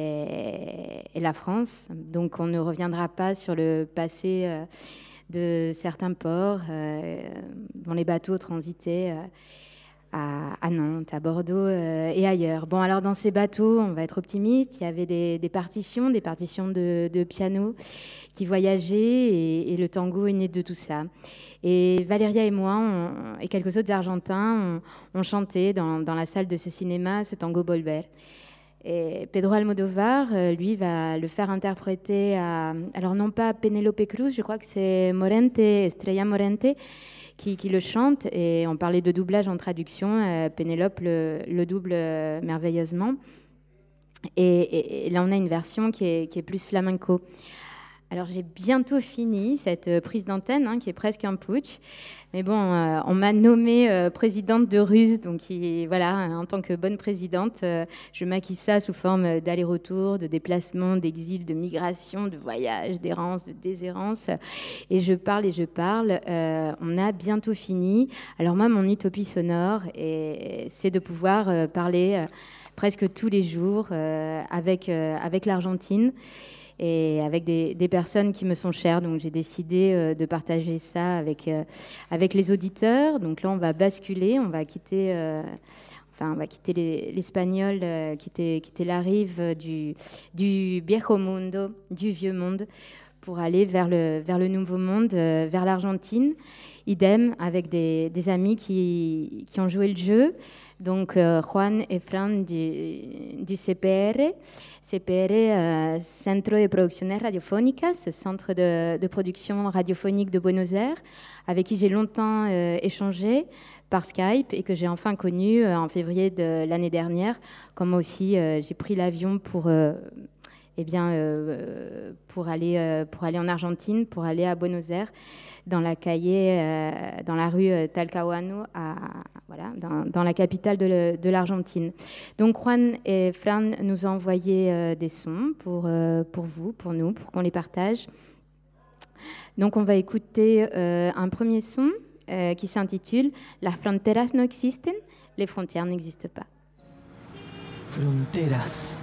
et la France. Donc on ne reviendra pas sur le passé de certains ports dont les bateaux transitaient à Nantes, à Bordeaux et ailleurs. Bon, alors dans ces bateaux, on va être optimiste, il y avait des partitions de piano qui voyageaient et le tango est né de tout ça. Et Valeria et moi, et quelques autres Argentins, on chanté dans la salle de ce cinéma ce tango Bolver. Et Pedro Almodóvar, lui, va le faire interpréter à... Alors non pas Penélope Cruz, je crois que c'est Estrella Morente, qui le chante. Et on parlait de doublage en traduction. Pénélope le double merveilleusement. Et là, on a une version qui est plus flamenco. Alors, j'ai bientôt fini cette prise d'antenne, qui est presque un putsch. Mais bon, on m'a nommée présidente de Ruse. Donc, voilà, en tant que bonne présidente, je maquille ça sous forme d'aller-retour, de déplacement, d'exil, de migration, de voyage, d'errance, de déshérence. Et je parle. On a bientôt fini. Alors moi, mon utopie sonore, c'est de pouvoir parler presque tous les jours avec l'Argentine et avec des personnes qui me sont chères. Donc j'ai décidé de partager ça avec les auditeurs. Donc là, on va basculer, on va quitter l'espagnol, quitter la rive du viejo mundo, du vieux monde, pour aller vers le nouveau monde, vers l'Argentine. Idem, avec des amis qui ont joué le jeu. Donc Juan et Fran du CPR. CPR, Centro de Producciones Radiofónicas, centre de production radiophonique de Buenos Aires, avec qui j'ai longtemps échangé par Skype et que j'ai enfin connu en février de l'année dernière. Comme aussi, j'ai pris l'avion pour aller en Argentine, pour aller à Buenos Aires. dans la rue Talcahuano, dans la capitale de l'Argentine. Donc Juan et Fran nous ont envoyé des sons pour vous, pour nous, pour qu'on les partage. Donc on va écouter un premier son qui s'intitule « Las fronteras no existen », les frontières n'existent pas. Fronteras.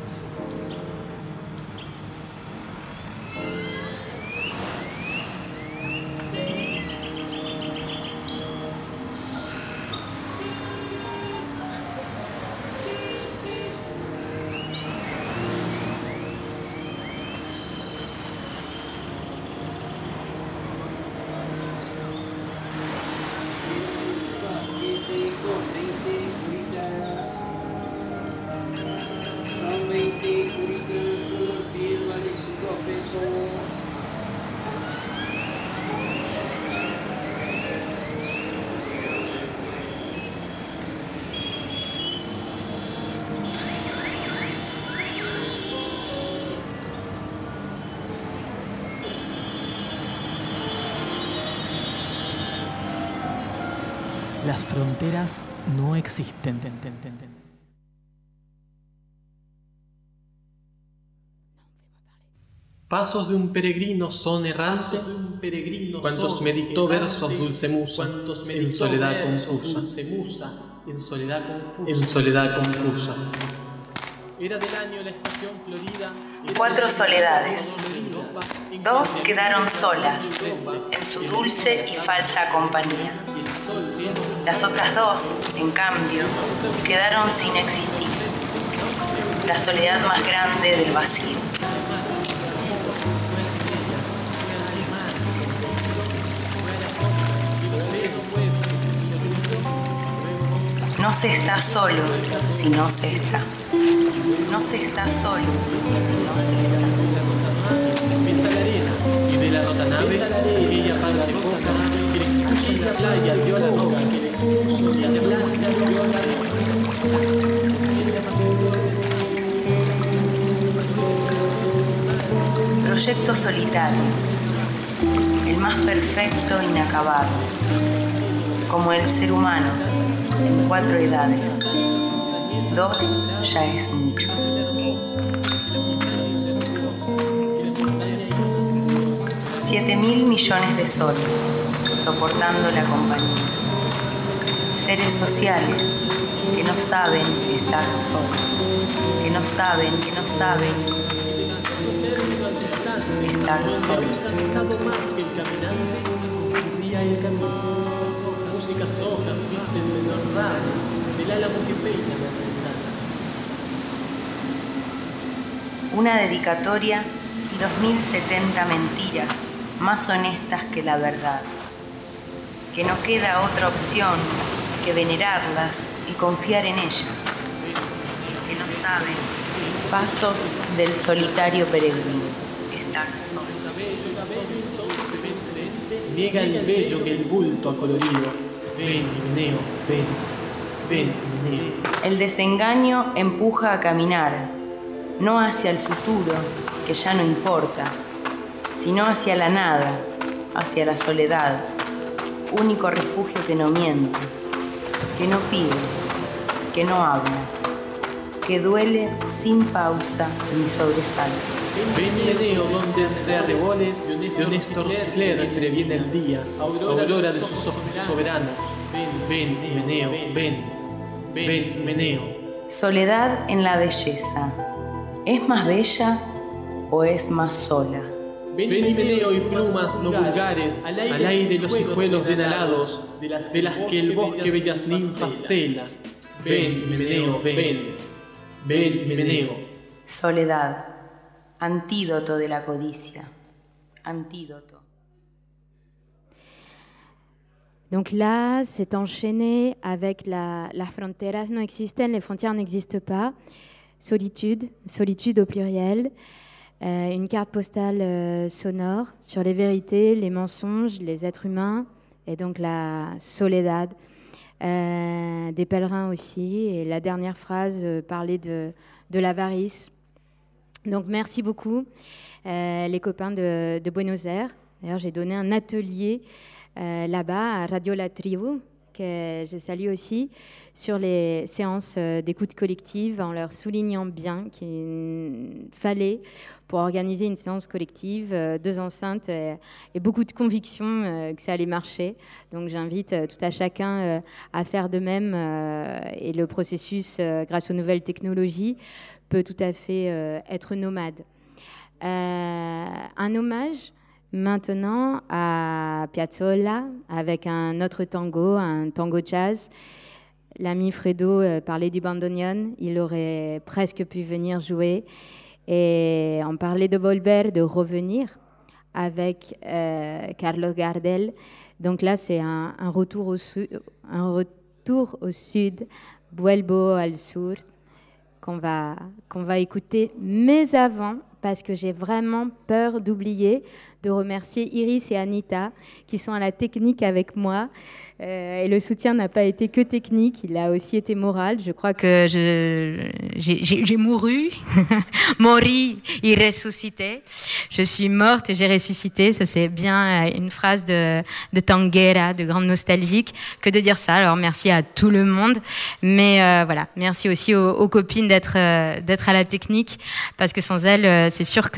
Las fronteras no existen. Pasos de un peregrino son errante, cuantos me dictó versos dulce musa, en soledad confusa. En soledad confusa. Era del año la estación florida. 4 soledades. 2 quedaron solas en su dulce y falsa compañía. Las otras 2, en cambio, quedaron sin existir. La soledad más grande del vacío. No se está solo si no se está. No se está solo si no se está. Pesa la arena y de la rota nave aquella parte poca que le expuso la playa dio la roca que le expuso y de blanca dio la roca. Proyecto solitario, el más perfecto e inacabado, como el ser humano en 4 edades. 2 ya es mucho. $7.000 millones de soles, soportando la compañía. Seres sociales que no saben estar solos, que no saben estar solos. Más que el caminante, día el camino, músicas hojas visten menor raro, del álamo que peina la rescata. Una dedicatoria y 2070 mentiras más honestas que la verdad. Que no queda otra opción que venerarlas y confiar en ellas. Que no saben pasos del solitario peregrino, estar solos. Niega el vello que el bulto ha colorido. Ven, meneo, ven, meneo. El desengaño empuja a caminar, no hacia el futuro, que ya no importa, sino hacia la nada, hacia la soledad, único refugio que no miente, que no pide, que no habla, que duele sin pausa ni sobresalto. Ven, meneo, donde entre arreboles de honesto Roscler previene el día, aurora de sus ojos soberanos. Ven, meneo, ven, meneo. Soledad en la belleza. ¿Es más bella o es más sola? Ven, meneo y plumas no vulgares, al aire los hijuelos denalados, de las que el bosque bellas ninfas cela. Ven, meneo, ven, meneo. Soledad, antídoto de la codicia, antídoto. Donc là, c'est enchaîné avec la fronteras no existen, les frontières n'existent pas, solitude au pluriel, une carte postale sonore sur les vérités, les mensonges, les êtres humains, et donc la soledad, des pèlerins aussi, et la dernière phrase parlait de l'avarice. Donc merci beaucoup les copains de Buenos Aires D'ailleurs, j'ai donné un atelier là-bas à Radio La Tribu, que je salue aussi, sur les séances d'écoute collective, en leur soulignant bien qu'il fallait, pour organiser une séance collective, 2 enceintes et beaucoup de conviction que ça allait marcher. Donc j'invite tout à chacun à faire de même, et le processus, grâce aux nouvelles technologies, peut tout à fait être nomade. Un hommage maintenant à Piazzolla avec un autre tango, un tango jazz. L'ami Fredo parlait du bandoneon, il aurait presque pu venir jouer. Et on parlait de Volver, de revenir avec Carlos Gardel. Donc là, c'est un retour au sud, Vuelvo al sur, qu'on va écouter, mais avant, parce que j'ai vraiment peur d'oublier de remercier Iris et Anita qui sont à la technique avec moi. Et le soutien n'a pas été que technique, il a aussi été moral. Je crois que j'ai mouru, mori et ressuscité. Je suis morte et j'ai ressuscité. Ça, c'est bien une phrase de tanguera, de grande nostalgique, que de dire ça. Alors, merci à tout le monde. Mais voilà, merci aussi aux copines d'être à la technique, parce que sans elles, c'est sûr que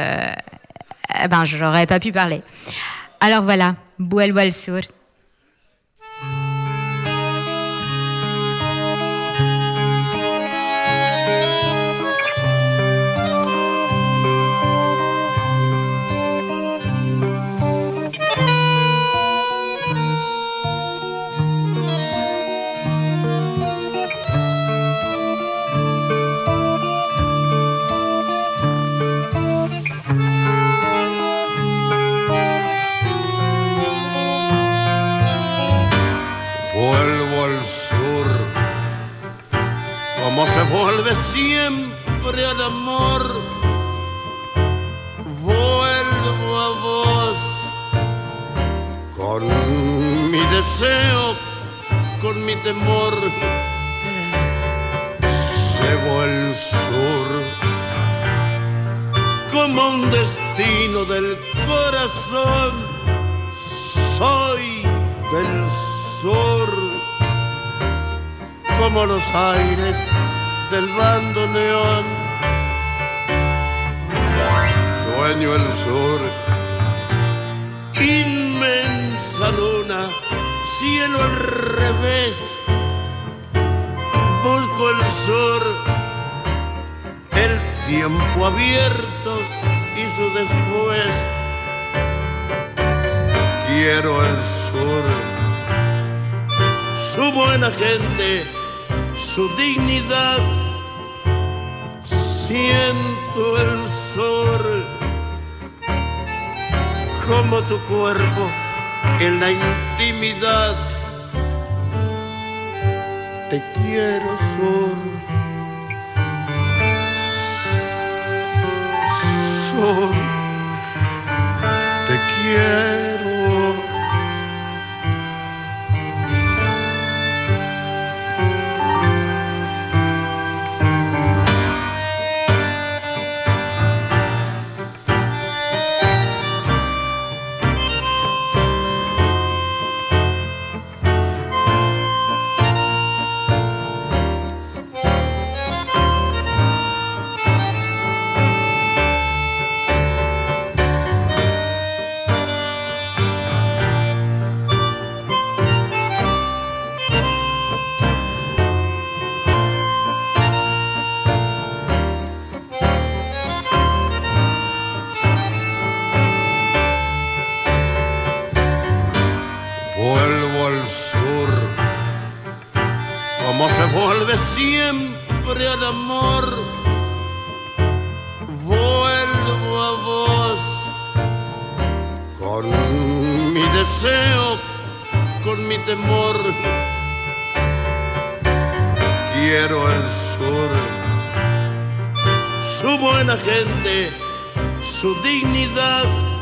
je n'aurais pas pu parler. Alors voilà, Vuelvo al sur. Como se vuelve siempre al amor, vuelvo a vos con mi deseo, con mi temor. Llevo el sur como un destino del corazón, soy del sur como los aires del bandoneón. Sueño el sur, inmensa luna, cielo al revés. Busco el sur, el tiempo abierto y su después. Quiero el sur, su buena gente, su dignidad. Siento el sur como tu cuerpo en la intimidad. Te quiero, sur, sur, te quiero. Siempre al amor, vuelvo a vos con mi deseo, con mi temor. Quiero el sur, su buena gente, su dignidad.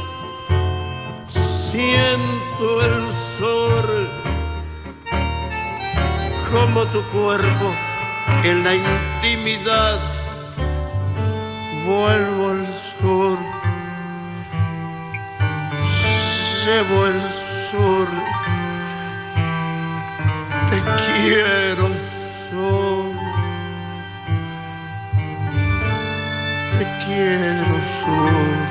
Siento el sur como tu cuerpo en la intimidad. Vuelvo al sur, llevo el sur. Te quiero, sur. Te quiero, sur.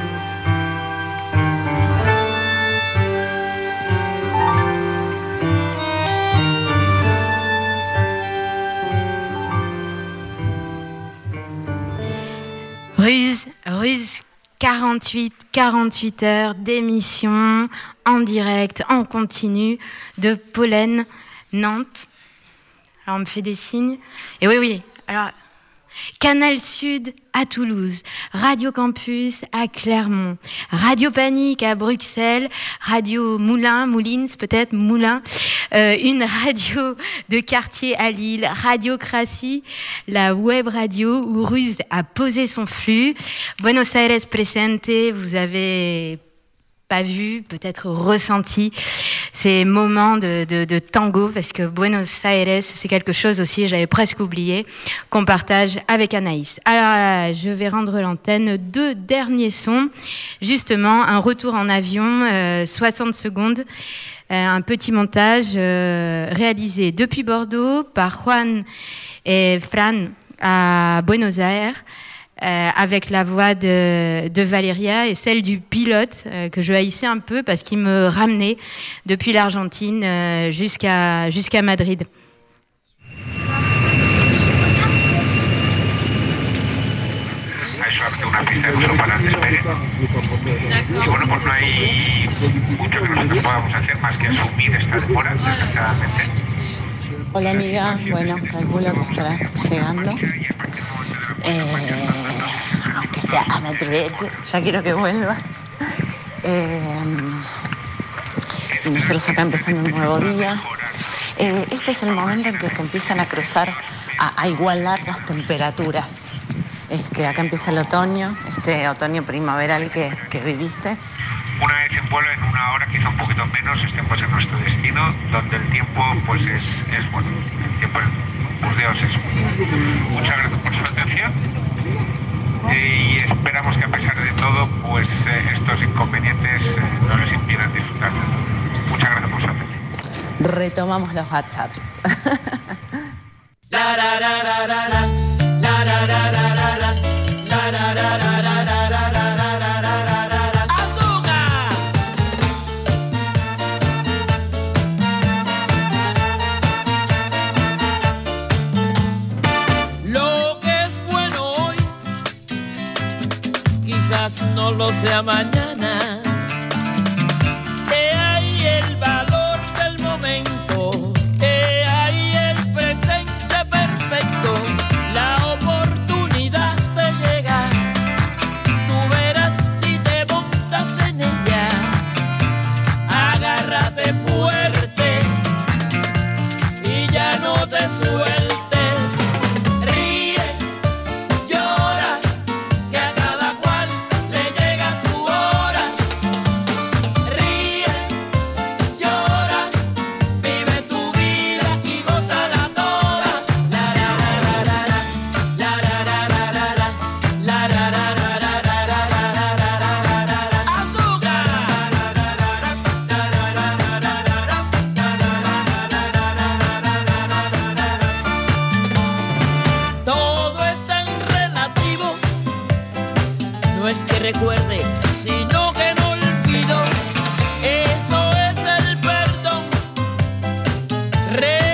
Ruse, 48 heures d'émission en direct, en continu, de Pollen, Nantes. Alors on me fait des signes. Et oui, alors Canal Sud à Toulouse, Radio Campus à Clermont, Radio Panique à Bruxelles, Radio Moulins peut-être, une radio de quartier à Lille, Radio Crassy, la web radio où Ruse a posé son flux. Buenos Aires presente, vous avez pas vu, peut-être ressenti ces moments de tango, parce que Buenos Aires, c'est quelque chose aussi, j'avais presque oublié, qu'on partage avec Anaïs. Alors là, je vais rendre l'antenne. 2 derniers sons, justement, un retour en avion, 60 secondes, un petit montage réalisé depuis Bordeaux par Juan et Fran à Buenos Aires, avec la voix de Valéria et celle du pilote que je haïssais un peu parce qu'il me ramenait depuis l'Argentine jusqu'à Madrid. Hay solamente una pista de uso para el despegue. Y bueno, pues no hay mucho que nosotros podamos hacer más que asumir esta demora, desgraciadamente. Hola amiga, bueno, calculo que estarás llegando. Aunque sea a Madrid, ya quiero que vuelvas. Y nosotros acá empezando un nuevo día. Este es el momento en que se empiezan a cruzar, a igualar las temperaturas. Es que acá empieza el otoño, este otoño primaveral que viviste. Una vez en vuelo, en una hora, quizá un poquito menos, estemos en nuestro destino, donde el tiempo pues es bueno. El tiempo en Burdeos es bueno. Muchas gracias por su atención y esperamos que a pesar de todo, pues estos inconvenientes no les impidan disfrutar de todo. Muchas gracias por su atención. Retomamos los WhatsApps. No lo sea mañana, que hay el valor del momento, que hay el presente perfecto, la oportunidad de llegar. Tú verás si te montas en ella, agárrate fuerte y ya no te sueltes. Recuerde, sino que no olvido, eso es el perdón.